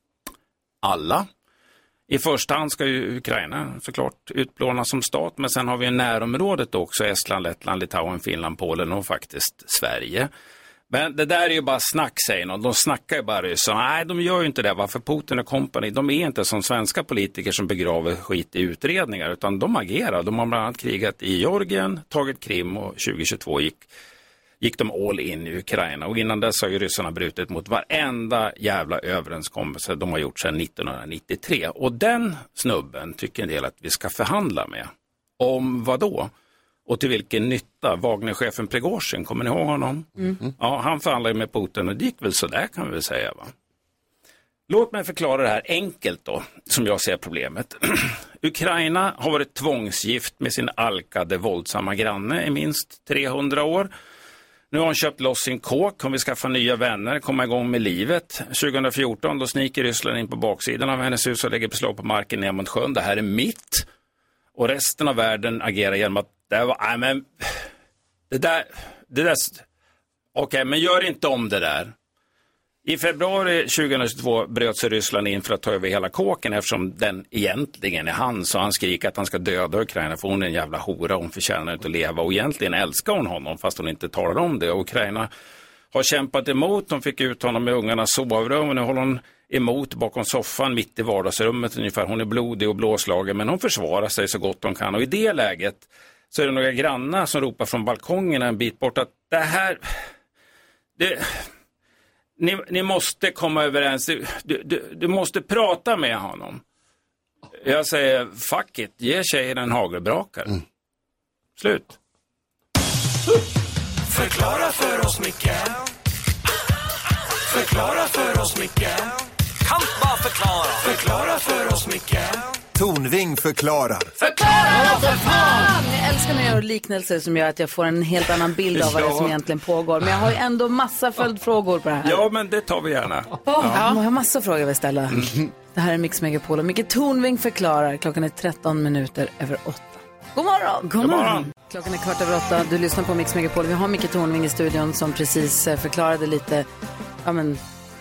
alla. I första hand ska ju Ukraina såklart utplånas som stat. Men sen har vi närområdet också. Estland, Lettland, Litauen, Finland, Polen och faktiskt Sverige. Men det där är ju bara snack, säger någon. De snackar ju bara ryssarna. Nej, de gör ju inte det. Varför Putin och company, de är inte som svenska politiker som begraver skit i utredningar. Utan de agerar. De har bland annat krigat i Georgien, tagit Krim och tjugohundratjugotvå gick, gick de all in i Ukraina. Och innan dess har ju ryssarna brutit mot varenda jävla överenskommelse de har gjort sedan nittonhundranittiotre. Och den snubben tycker en del att vi ska förhandla med. Om vad då? Och till vilken nytta? Wagnerchefen Prigozhin, kommer ni ihåg honom? Mm. Ja, han förhandlade med Putin och det gick väl så där kan vi väl säga va? Låt mig förklara det här enkelt då, som jag ser problemet. Ukraina har varit tvångsgift med sin alkade våldsamma granne i minst trehundra år. Nu har hon köpt loss sin kåk, hon vill skaffa nya vänner, komma igång med livet. tjugohundrafjorton då sniker Ryssland in på baksidan av hennes hus och lägger beslag på marken ner mot sjön. Det här är mitt. Och resten av världen agerar genom att det var, nej men, det där, det där, okej okay, men gör inte om det där. I februari tjugohundratjugotvå bröt sig Ryssland in för att ta över hela kåken eftersom den egentligen är han. Så han skriker att han ska döda Ukraina för hon är en jävla hora, hon förtjänar inte att leva. Och egentligen älskar hon honom fast hon inte talar om det. Och Ukraina har kämpat emot, de fick ut honom med ungarnas sovrum och nu håller hon emot bakom soffan mitt i vardagsrummet ungefär. Hon är blodig och blåslagen men hon försvarar sig så gott hon kan. Och i det läget så är det några grannar som ropar från balkongen en bit bort att det här... Det... Ni, ni måste komma överens. Du, du, du måste prata med honom. Jag säger, fuck it. Ge tjejen en hagelbrakare. Mm. Slut. Förklara för oss, Micke. Förklara för oss, Micke. Kan bara förklara. Förklara för oss, Micke. Tornving förklarar. Förklara för fan! Jag älskar när jag gör liknelser som gör att jag får en helt annan bild av vad det är som egentligen pågår. Men jag har ju ändå massa följdfrågor på det här. Ja, men det tar vi gärna. Oh, ja. Jag har massa frågor jag vill ställa. Mm. Det här är Mix Megapol och Micke Tornving förklarar. Klockan är tretton minuter över åtta. God morgon! God morgon! God morgon. Klockan är kvart över åtta. Du lyssnar på Mix Megapol. Vi har Micke Tornving i studion som precis förklarade lite... Ja, men...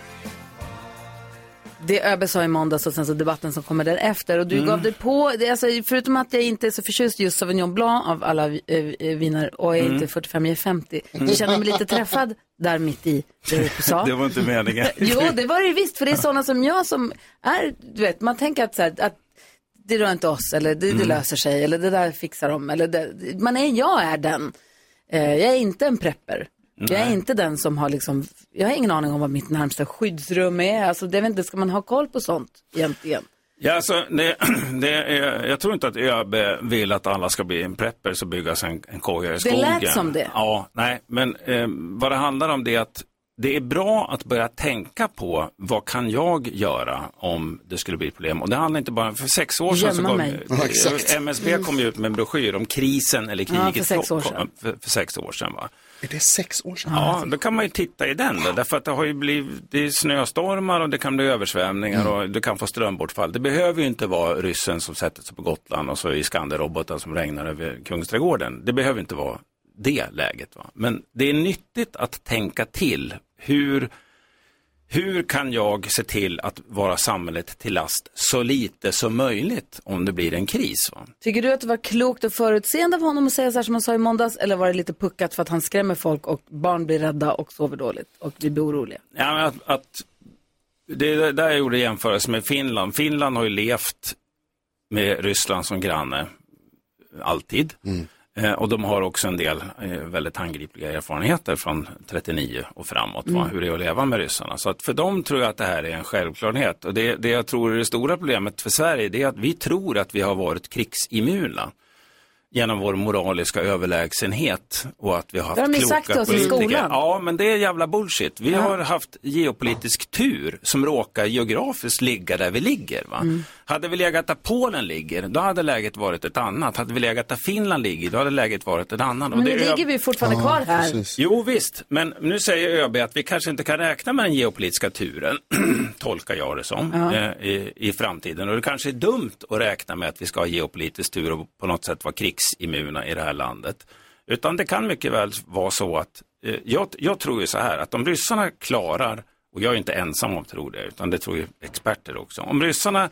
Det Öbe sa i måndags och sen så debatten som kommer därefter. Och du mm. gav dig på, det, alltså, förutom att jag inte är så förtjust just Sauvignon Blanc av alla äh, viner och jag är mm. inte fyrtiofem, jag är femtio. Mm. Jag känner mig lite träffad där mitt i det du sa. Det var inte meningen. Jo, det var det visst, för det är sådana som jag som är, du vet, man tänker att, så här, att det rör inte oss eller det, det mm. löser sig eller det där fixar de. Eller det, man är, jag är den. Uh, jag är inte en prepper. Nej. Jag är inte den som har liksom, jag har ingen aning om vad mitt närmsta skyddsrum är. Alltså det vet inte, ska man ha koll på sånt egentligen? Ja, alltså det, det är, jag tror inte att ÖB vill att alla ska bli en prepper så byggas en, en koja i skogen. Det lät som det. Ja, nej, men eh, vad det handlar om det är att det är bra att börja tänka på vad kan jag göra om det skulle bli problem. Och det handlar inte bara, för sex år sedan så kom, ja, M S B kom ut med en broschyr om krisen eller kriget. Ja, för sex år sedan. För, för sedan sex år sedan va? Är det sex år sedan? Ja, då kan man ju titta i den då, därför att det har ju blivit, det är snöstormar och det kan bli översvämningar mm. och du kan få strömbortfall. Det behöver ju inte vara ryssen som sätter sig på Gotland och så i Skanderrobotar som regnar över Kungsträdgården. Det behöver inte vara det läget va. Men det är nyttigt att tänka till hur, hur kan jag se till att vara samhället till last så lite som möjligt om det blir en kris va? Tycker du att det var klokt och förutseende av honom att säga så här som han sa i måndags eller var det lite puckat för att han skrämmer folk och barn blir rädda och sover dåligt och vi blir oroliga? Ja, men att, att det är där jag gjorde jämförelse med Finland. Finland har ju levt med Ryssland som granne alltid. Mm. Eh, och de har också en del eh, väldigt handgripliga erfarenheter från trettionio och framåt, mm. va, hur det är att leva med ryssarna. Så att för dem tror jag att det här är en självklarhet. Och det, det jag tror är det stora problemet för Sverige, det är att vi tror att vi har varit krigsimmuna genom vår moraliska överlägsenhet och att vi har haft kloka politiker. Sagt oss i skolan. Ja, men det är jävla bullshit. Vi ja. har haft geopolitisk tur som råkar geografiskt ligga där vi ligger. Va? Mm. Hade vi legat där Polen ligger, då hade läget varit ett annat. Hade vi legat där Finland ligger, då hade läget varit ett annat. Men och det det ligger vi fortfarande kvar här. Precis. Jo visst, men nu säger ÖB att vi kanske inte kan räkna med den geopolitiska turen, tolkar jag det som, ja. eh, i, i framtiden. Och det kanske är dumt att räkna med att vi ska ha geopolitisk tur och på något sätt vara krigsimmuna i det här landet. Utan det kan mycket väl vara så att, eh, jag, jag tror ju så här, att om ryssarna klarar, och jag är inte ensam om att tro det, utan det tror ju experter också. Om ryssarna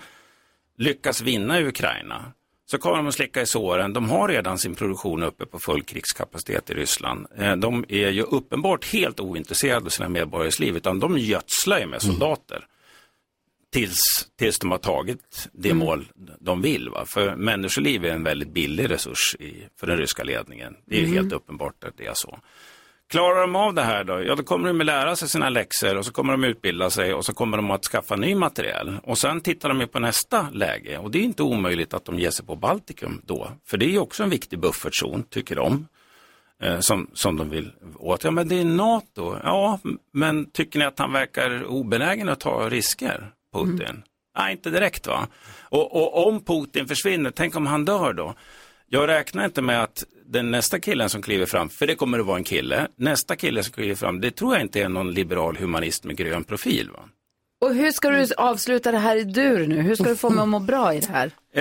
lyckas vinna i Ukraina så kommer de att slicka i såren. De har redan sin produktion uppe på full krigskapacitet i Ryssland. De är ju uppenbart helt ointresserade av sina medborgares liv, utan de gödslar ju med soldater mm. tills, tills de har tagit det mm. mål de vill. Va? För människoliv är en väldigt billig resurs i, för den ryska ledningen. Det är ju mm. helt uppenbart att det är så. Klarar de av det här då? Ja, då kommer de att lära sig sina läxor och så kommer de utbilda sig och så kommer de att skaffa ny material. Och sen tittar de ju på nästa läge och det är inte omöjligt att de ger sig på Baltikum då. För det är ju också en viktig buffertzon, tycker de, eh, som, som de vill åt. Ja, men det är NATO. Ja, men tycker ni att han verkar obenägen att ta risker, Putin? Mm. Nej, inte direkt va? Och, och om Putin försvinner, tänk om han dör då? Jag räknar inte med att den nästa killen som kliver fram, för det kommer att vara en kille, nästa kille som kliver fram, det tror jag inte är någon liberal humanist med grön profil va? Och hur ska du avsluta det här i dur nu? Hur ska du få mig att må bra i det här? Eh,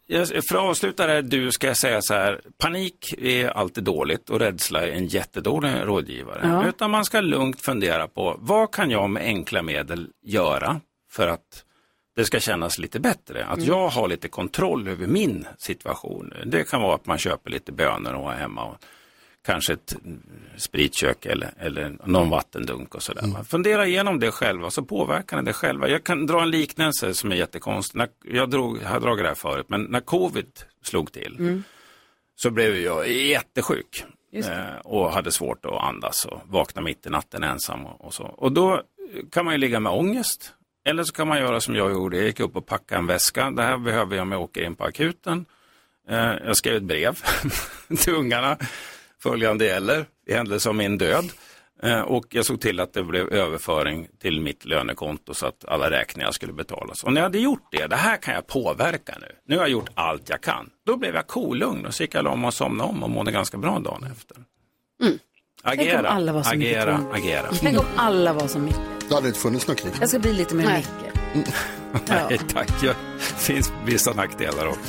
Jag, för att avsluta det här, du ska jag säga så här, panik är alltid dåligt och rädsla är en jättedålig rådgivare. Ja. Utan man ska lugnt fundera på, vad kan jag med enkla medel göra för att det ska kännas lite bättre? Att Mm. jag har lite kontroll över min situation. Det kan vara att man köper lite bönor och har hemma och kanske ett spritkök eller, eller någon vattendunk och sådär. Mm. Fundera igenom det själva, så påverkar det själva. Jag kan dra en liknelse som är jättekonstig. När jag, drog, jag har dragit det här förut, men när covid slog till mm. så blev jag jättesjuk eh, och hade svårt att andas och vakna mitt i natten ensam och, och så. Och då kan man ju ligga med ångest. Eller så kan man göra som jag gjorde. Jag gick upp och packade en väska. Det här behöver jag om jag åker in på akuten. Eh, jag skrev ett brev till ungarna. Följande gäller i händelse av min död. Eh, och jag såg till att det blev överföring till mitt lönekonto så att alla räkningar skulle betalas. Och när jag hade gjort det, det här kan jag påverka nu. Nu har jag gjort allt jag kan. Då blev jag kolugn och så gick jag om och somnade om och mådde ganska bra dagen efter. Mm. Agera, Tänk om alla var som agera, Micke. agera. Tänk om alla var som Micke. Då hade det inte funnits någon krig. Jag ska bli lite mer Micke. Mm. Nej, tack. Det finns vissa nackdelar också.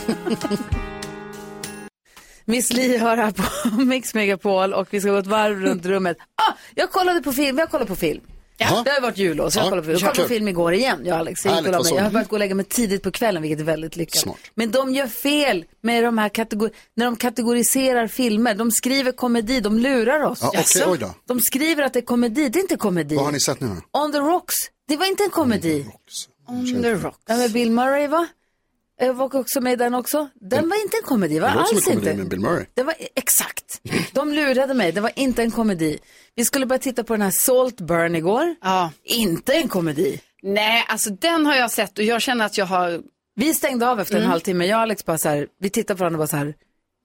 Miss Li hör här på Mix Megapol och vi ska gå ett varv runt rummet. Ah, jag kollade på film, jag kollade på film. Ja. Det har ju varit jullov så jag Ja, kollade på, jag kollade på film igår igen. Jag, Alex, jag, gick och la mig. Jag har börjat gå och lägga mig tidigt på kvällen, vilket är väldigt lyckat. Smart. Men de gör fel med de här kategor- när de kategoriserar filmer. De skriver komedi, de lurar oss. Ja, okej, oj då. De skriver att det är komedi, det är inte komedi. Vad har ni sett nu då? On the Rocks, det var inte en komedi. On the Rocks. Den med Bill Murray, va? Jag var också med den också. Den var inte en komedi, va? Det låter som en Alls komedi inte. med Bill Murray. Det var exakt. De lurade mig. Det var inte en komedi. Vi skulle börja titta på den här Saltburn igår. Ja. Inte en komedi. Nej, alltså den har jag sett och jag känner att jag har... Vi stängde av efter en Mm. halvtimme. Jag och Alex bara så här, vi tittar på varandra och bara så här.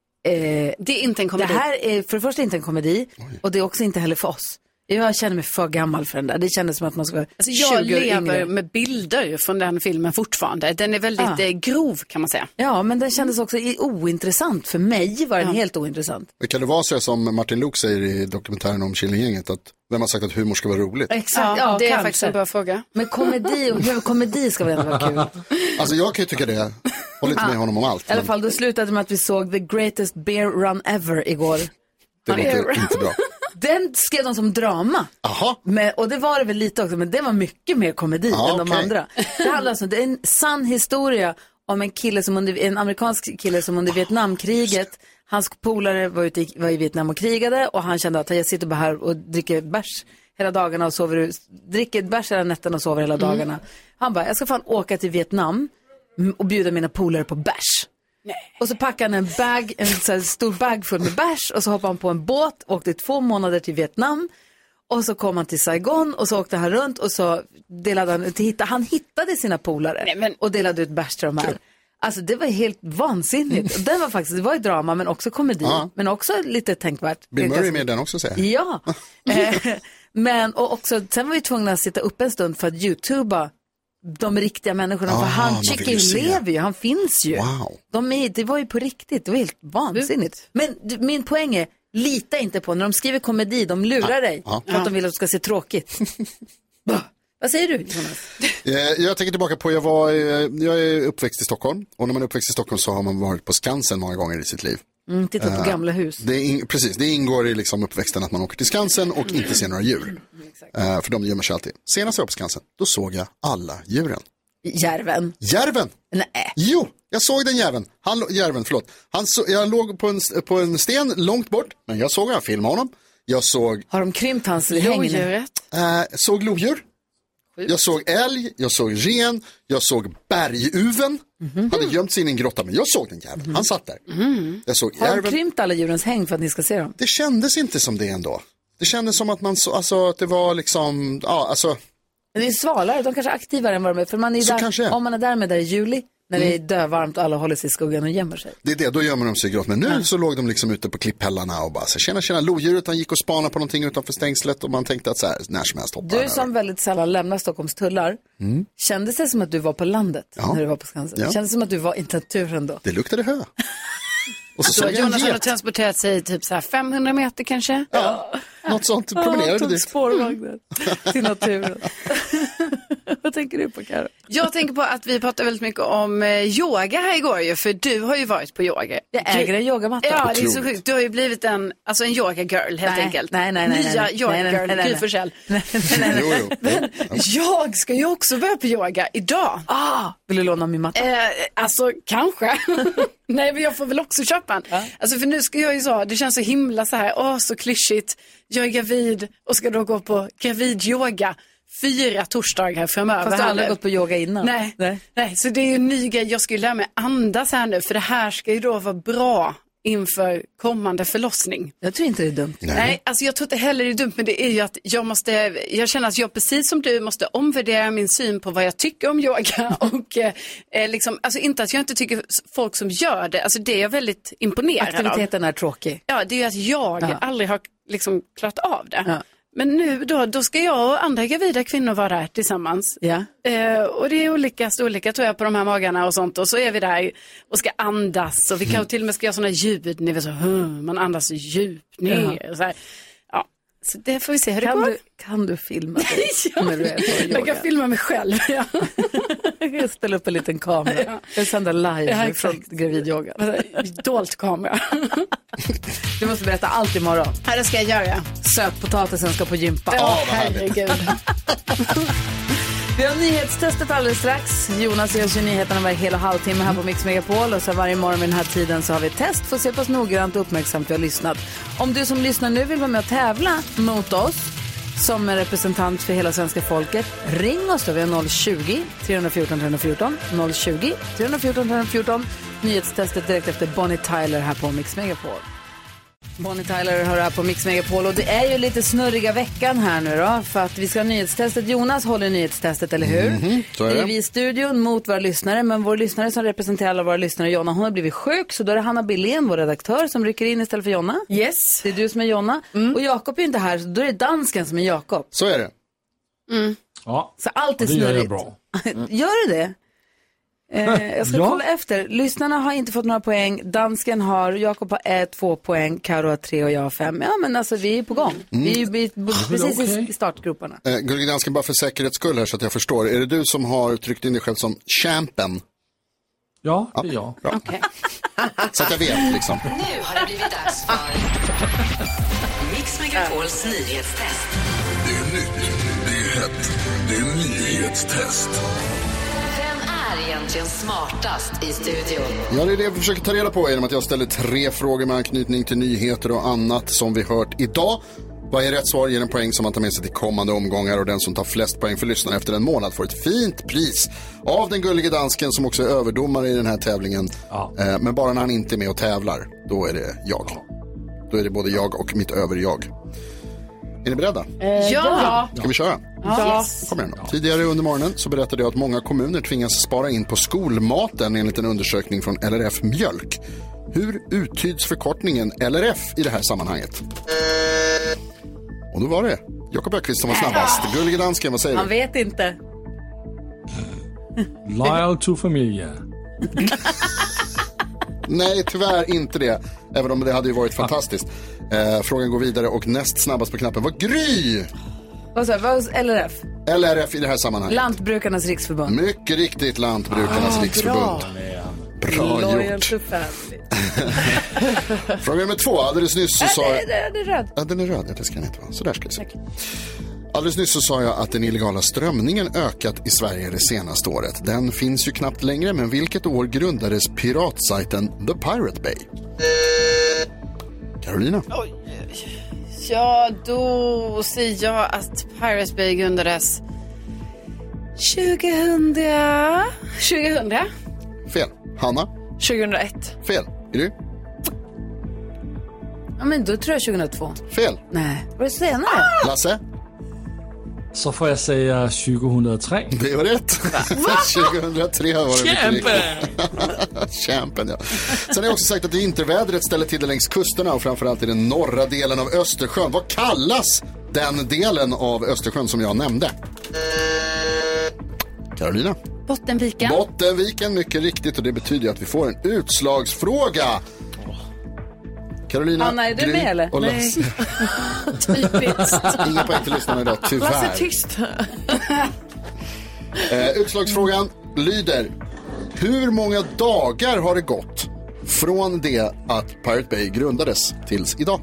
Eh, det är inte en komedi. Det här är för det första inte en komedi. Oj. Och det är också inte heller för oss. Jag känner mig för gammal för den där. Det kändes som att man ska vara alltså jag tjugo år lever yngre. med bilder från den filmen fortfarande. Den är väldigt Ah. eh, grov kan man säga. Ja, men den kändes också i- ointressant. För mig var den Ja. helt ointressant. Kan det vara så som Martin Luuk säger i dokumentären om Killinggänget, att vem har sagt att humor ska vara roligt? Exakt, Ja, ja, det är kanske. faktiskt en bra fråga. Men komedi, och hur komedi ska väl ändå vara kul. Alltså jag kan ju tycka det. Håller inte med honom om allt. I alla men fall, då slutade med att vi såg The Greatest Bear Run Ever igår. det låter inte bra. Den skrev de som drama. Aha. Men, och det var det väl lite också, men det var mycket mer komedi Ja, än de okej. andra. Det handlar alltså, det är en sann historia om en kille som under, en amerikansk kille som under Vietnamkriget, hans polare var, ute i, var i Vietnam och krigade och han kände att jag sitter bara här och dricker bärs hela dagarna och sover, dricker bärs hela nätterna och sover hela Mm. dagarna. Han bara, jag ska fan åka till Vietnam och bjuda mina polare på bärs. Nej. Och så packade han en bag, en så här stor bag full med bärs och så hoppade han på en båt, åkte två månader till Vietnam och så kom han till Saigon och så åkte han runt och så delade han, hitta, han hittade sina polare. Nej, men... och delade ut bärs till de här. Alltså det var helt vansinnigt. Och det var faktiskt, det var ju drama men också komedi, Ja. men också lite tänkvärt. Bill Murray är med i den också, säger jag. Ja, eh, men och också, sen var vi tvungna att sitta upp en stund för att YouTubea de riktiga människorna, Ah, för han man vill Chicken ju se. lever ju, han finns ju. Wow. De är, det var ju på riktigt, det var helt vansinnigt. Men du, min poäng är, lita inte på när de skriver komedi, de lurar dig ja. för att de vill att det ska se tråkigt. Bah. Vad säger du, Jonas? Eh, Jag tänker tillbaka på, jag, var, eh, jag är uppväxt i Stockholm. Och när man är uppväxt i Stockholm så har man varit på Skansen många gånger i sitt liv. Mm, titta på Eh, gamla hus. Det är in, precis, det ingår i liksom uppväxten att man åker till Skansen och inte ser några djur. Eh, för de gömmer sig alltid. Senast jag var på Skansen, då såg jag alla djuren. Järven. Järven! Nej. Jo, jag såg den järven. Han, järven, förlåt. Han så, jag låg på en, på en sten långt bort, men jag såg, jag filmade honom. Jag såg, Har de krympt hans häng? Lodjuret. eh, såg lodjur. Jag såg älg, jag såg ren, jag såg berguven. Mm-hmm. Hade gömt sig in i en grotta, men jag såg den järven. Han satt där. Mm. Jag såg Har de järven. krympt alla djurens häng för att ni ska se dem? Det kändes inte som det ändå. Det kändes som att man så, alltså att det var liksom, ja alltså. Det är svalare, de kanske är aktivare än vad de är. För man är Så där, kanske är. om man är där med där i juli, när det är dövarmt och alla håller sig i skuggan och gömmer sig. Det är det, då gömmer de sig i grott. Men nu så låg de liksom ute på klipphällarna och bara så tjena, tjena, lodjuret, han gick och spanade på någonting utanför stängslet och man tänkte att så här, när som helst hoppar Du han som över. väldigt sällan lämnar Stockholms tullar, Mm. kändes det som att du var på landet Ja. när du var på Skansen? Ja. Kändes det som att du var i naturen då? Det luktade hö. Och så Så såg jag en Jonas hade get. transporterat sig typ så här femhundra meter kanske. Ja, något sånt. Promenerade tog dit. spårvagnen till naturen. Vad tänker du på, Karo? Jag tänker på att vi pratade väldigt mycket om eh, yoga här igår ju, för du har ju varit på yoga. Jag äger en yogamatta. Ja, det är så sjukt. Du har ju blivit en, alltså en yoga girl helt nej, enkelt. Nej, nej, nej. Nya nej, yoga nej, nej, girl, nej, nej, Gry Forssell. nej, nej, nej, nej. Jo, jo. Men jag ska ju också börja på yoga idag. Ah, vill du låna min matta? Eh, alltså, kanske. Nej, men jag får väl också köpa en. Ja. Alltså, för nu ska jag ju så, det känns så himla så här, åh, så klyschigt. Jag är gravid och ska då gå på gravidyoga fyra torsdagar framöver. Fast du har aldrig gått på yoga innan. Nej. Nej. Nej, så det är ju en ny grej. Jag ska ju lära mig andas här nu, för det här ska ju då vara bra inför kommande förlossning. Jag tror inte det är dumt. Nej. Nej, alltså jag tror inte heller det är dumt, men det är ju att jag måste, jag känner att jag precis som du måste omvärdera min syn på vad jag tycker om yoga och eh, liksom, alltså inte att jag inte tycker folk som gör det, alltså det är jag väldigt imponerad av. Aktiviteten är tråkig. Ja, det är ju att jag ja. aldrig har liksom klarat av det. Ja. Men nu då, då ska jag och andra gravida kvinnor vara där tillsammans. Ja. Eh, och det är olika storlekar tror jag på de här magarna och sånt. Och så är vi där och ska andas. Och vi kan mm. till och med ska göra sådana ljud. Ni vet så, hmm, man andas djupt ner. Ja. Och så här. Ja, så det får vi se hur kan det går. Du, kan du filma dig ja, när du är på yoga? Jag kan filma mig själv, ja. Jag ställer upp en liten kamera. Ja. Jag sänder live ja, från gravidyoga. Dolt kamera. Du måste berätta allt imorgon. Ja, det ska jag göra. Sötpotatisen ska på gympa. Åh, oh, herregud. Vi har nyhetstestet alldeles strax. Jonas gör ju nyheterna varje hela halvtimme här på Mix Megapol. Och så varje morgon vid den här tiden så har vi ett test för att se på oss noggrant och uppmärksamt vi har lyssnat. Om du som lyssnar nu vill vara med och tävla mot oss som en representant för hela svenska folket, ring oss då. Vi har noll tjugo, tre fjorton, tre fjorton. noll tjugo, tre fjorton, tre fjorton. Nyhetstestet direkt efter Bonnie Tyler här på Mix Megapol. Bonnie Tyler hör här på Mix Megapol och det är ju lite snurriga veckan här nu då, för att vi ska ha nyhetstestet. Jonas håller nyhetstestet, eller hur? Mm-hmm, så är det. Det är vi i studion mot våra lyssnare, men vår lyssnare som representerar alla våra lyssnare, Jonna, hon har blivit sjuk, så då är det Hanna Billén, vår redaktör, som rycker in istället för Jonna. Yes. Det är du som är Jonna. Mm. Och Jakob är inte här, så då är det dansken som är Jakob. Så är det. Mm. Ja, så allt är det gör snurrigt. jag bra. Mm. Gör det det? Eh, jag ska ja. kolla efter. Lyssnarna har inte fått några poäng. Dansken har, Jakob har ett, två poäng, Karo har tre och jag har fem. Ja, men alltså vi är på gång. Mm. Vi är ju b- b- precis okay. i startgroparna. Eh, Gullige dansken, bara för säkerhets skull här så att jag förstår. Är det du som har tryckt in dig själv som champen? Ja, det är jag. Bra. Okay. Så att jag vet liksom. Nu har det blivit dags för Mix Megapols nyhetstest. Det är nytt, det är hett, det är nyhetstest. Egentligen smartast i studion. Ja, det är det vi försöker ta reda på genom att jag ställer tre frågor med anknytning till nyheter och annat som vi hört idag. Varje rätt svar ger en poäng som man tar med sig till kommande omgångar och den som tar flest poäng för lyssnarna efter en månad får ett fint pris av den gullige dansken som också är överdomare i den här tävlingen. Ja. Eh, men bara när han inte är med och tävlar, då är det jag. Då är det både jag och mitt överjag. Är ni beredda? Eh, ja. Ska vi köra? Ja. Kom igen då. Tidigare under morgonen så berättade jag att många kommuner tvingas spara in på skolmaten enligt en undersökning från L R F Mjölk. Hur uttyds förkortningen L R F i det här sammanhanget? Och då var det Jakob Öqvist som var snabbast. Gullige dansken, vad säger du? Han vet inte. Loyal to familia. Nej, tyvärr inte det. Även om det hade ju varit fantastiskt. Eh, frågan går vidare och näst snabbast på knappen var Gry. Vad sa vad L R F? L R F i det här sammanhanget. Lantbrukarnas riksförbund. Mycket riktigt, Lantbrukarnas ah, riksförbund. Bra, bra Loyal gjort. To family. Fråga nummer två. Alldeles nyss så äh, sa jag... Den är röd. Ja, den är röd. Ja, det ska den inte vara. Så där ska det se. Alldeles nyss så sa jag att den illegala strömningen ökat i Sverige det senaste året. Den finns ju knappt längre, men vilket år grundades piratsajten The Pirate Bay? Carolina? Oj. Ja, då säger jag att Pirate Bay grundades tjugohundra. tjugohundra? Fel. Hanna? tjugohundraett. Fel. Är du? Ja, men då tror jag tjugohundratvå. Fel. Nej, var det senare? Ah! Lasse? Så får jag säga tjugohundratre. Det var rätt. tjugohundratre var det. Champen! Champen, ja. Sen har jag också sagt att vintervädret ställer till det längs kusterna och framförallt i den norra delen av Östersjön. Vad kallas den delen av Östersjön som jag nämnde? Carolina? Bottenviken. Bottenviken, mycket riktigt. Och det betyder att vi får en utslagsfråga. Carolina, Anna, är du med eller? Och Lasse. Typiskt. Inga poäng till lyssnarna idag, tyvärr. Lasse tyst. Eh, utslagsfrågan lyder: hur många dagar har det gått från det att Pirate Bay grundades tills idag?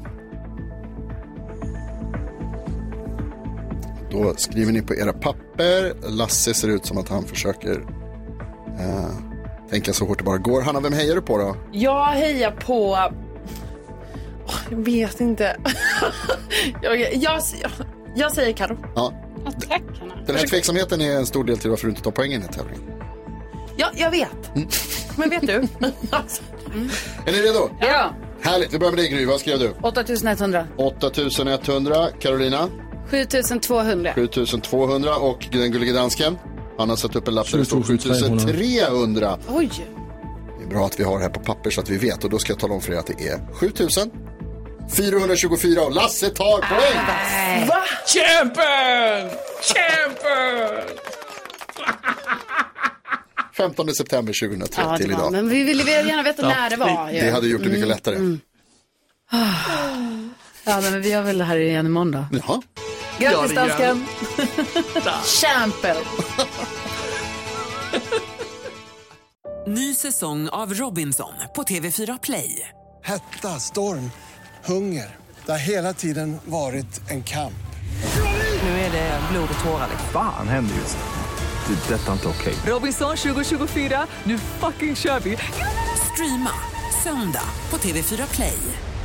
Då skriver ni på era papper. Lasse ser ut som att han försöker eh, tänka så hårt det bara går. Hanna, vem hejar du på då? Jag hejar på... Oh, jag vet inte. jag, jag, jag, jag säger Karo. Ja. Ja, tack, Hanna. Den här tveksamheten är en stor del till varför du inte tar poängen i tävlingen. Ja, jag vet. Mm. Men vet du? mm. Är ni redo? Ja. Härligt, vi börjar med dig Gry. Vad skrev du? åtta tusen etthundra. åtta tusen etthundra. Carolina? sju tusen tvåhundra. sju tusen tvåhundra. Och den gullige dansken? Han har satt upp en lapp där det står sju tusen trehundra. Oj. Det är bra att vi har det här på papper så att vi vet. Och då ska jag tala om för er att det är sju tusen fyrahundratjugofyra. Och Lasse tar poäng! Äh. Va? Champion! Champion! femtonde september tjugohundratre Ja, till det var. idag. Men vi ville gärna veta Ja. när det var. Det hade gjort det mycket Mm. lättare. Mm. Ja, men vi gör väl det här igen imorgon då. Jaha. Grattis, Ja, det gör dansken. Champion. Ny säsong av Robinson på T V fyra Play. Hetta, storm, hunger. Det har hela tiden varit en kamp. Nu är det blod och tårar. Fan händer just det. Det är detta inte okej. Robinson tjugo tjugofyra, nu fucking kör vi. Streama söndag på T V fyra Play.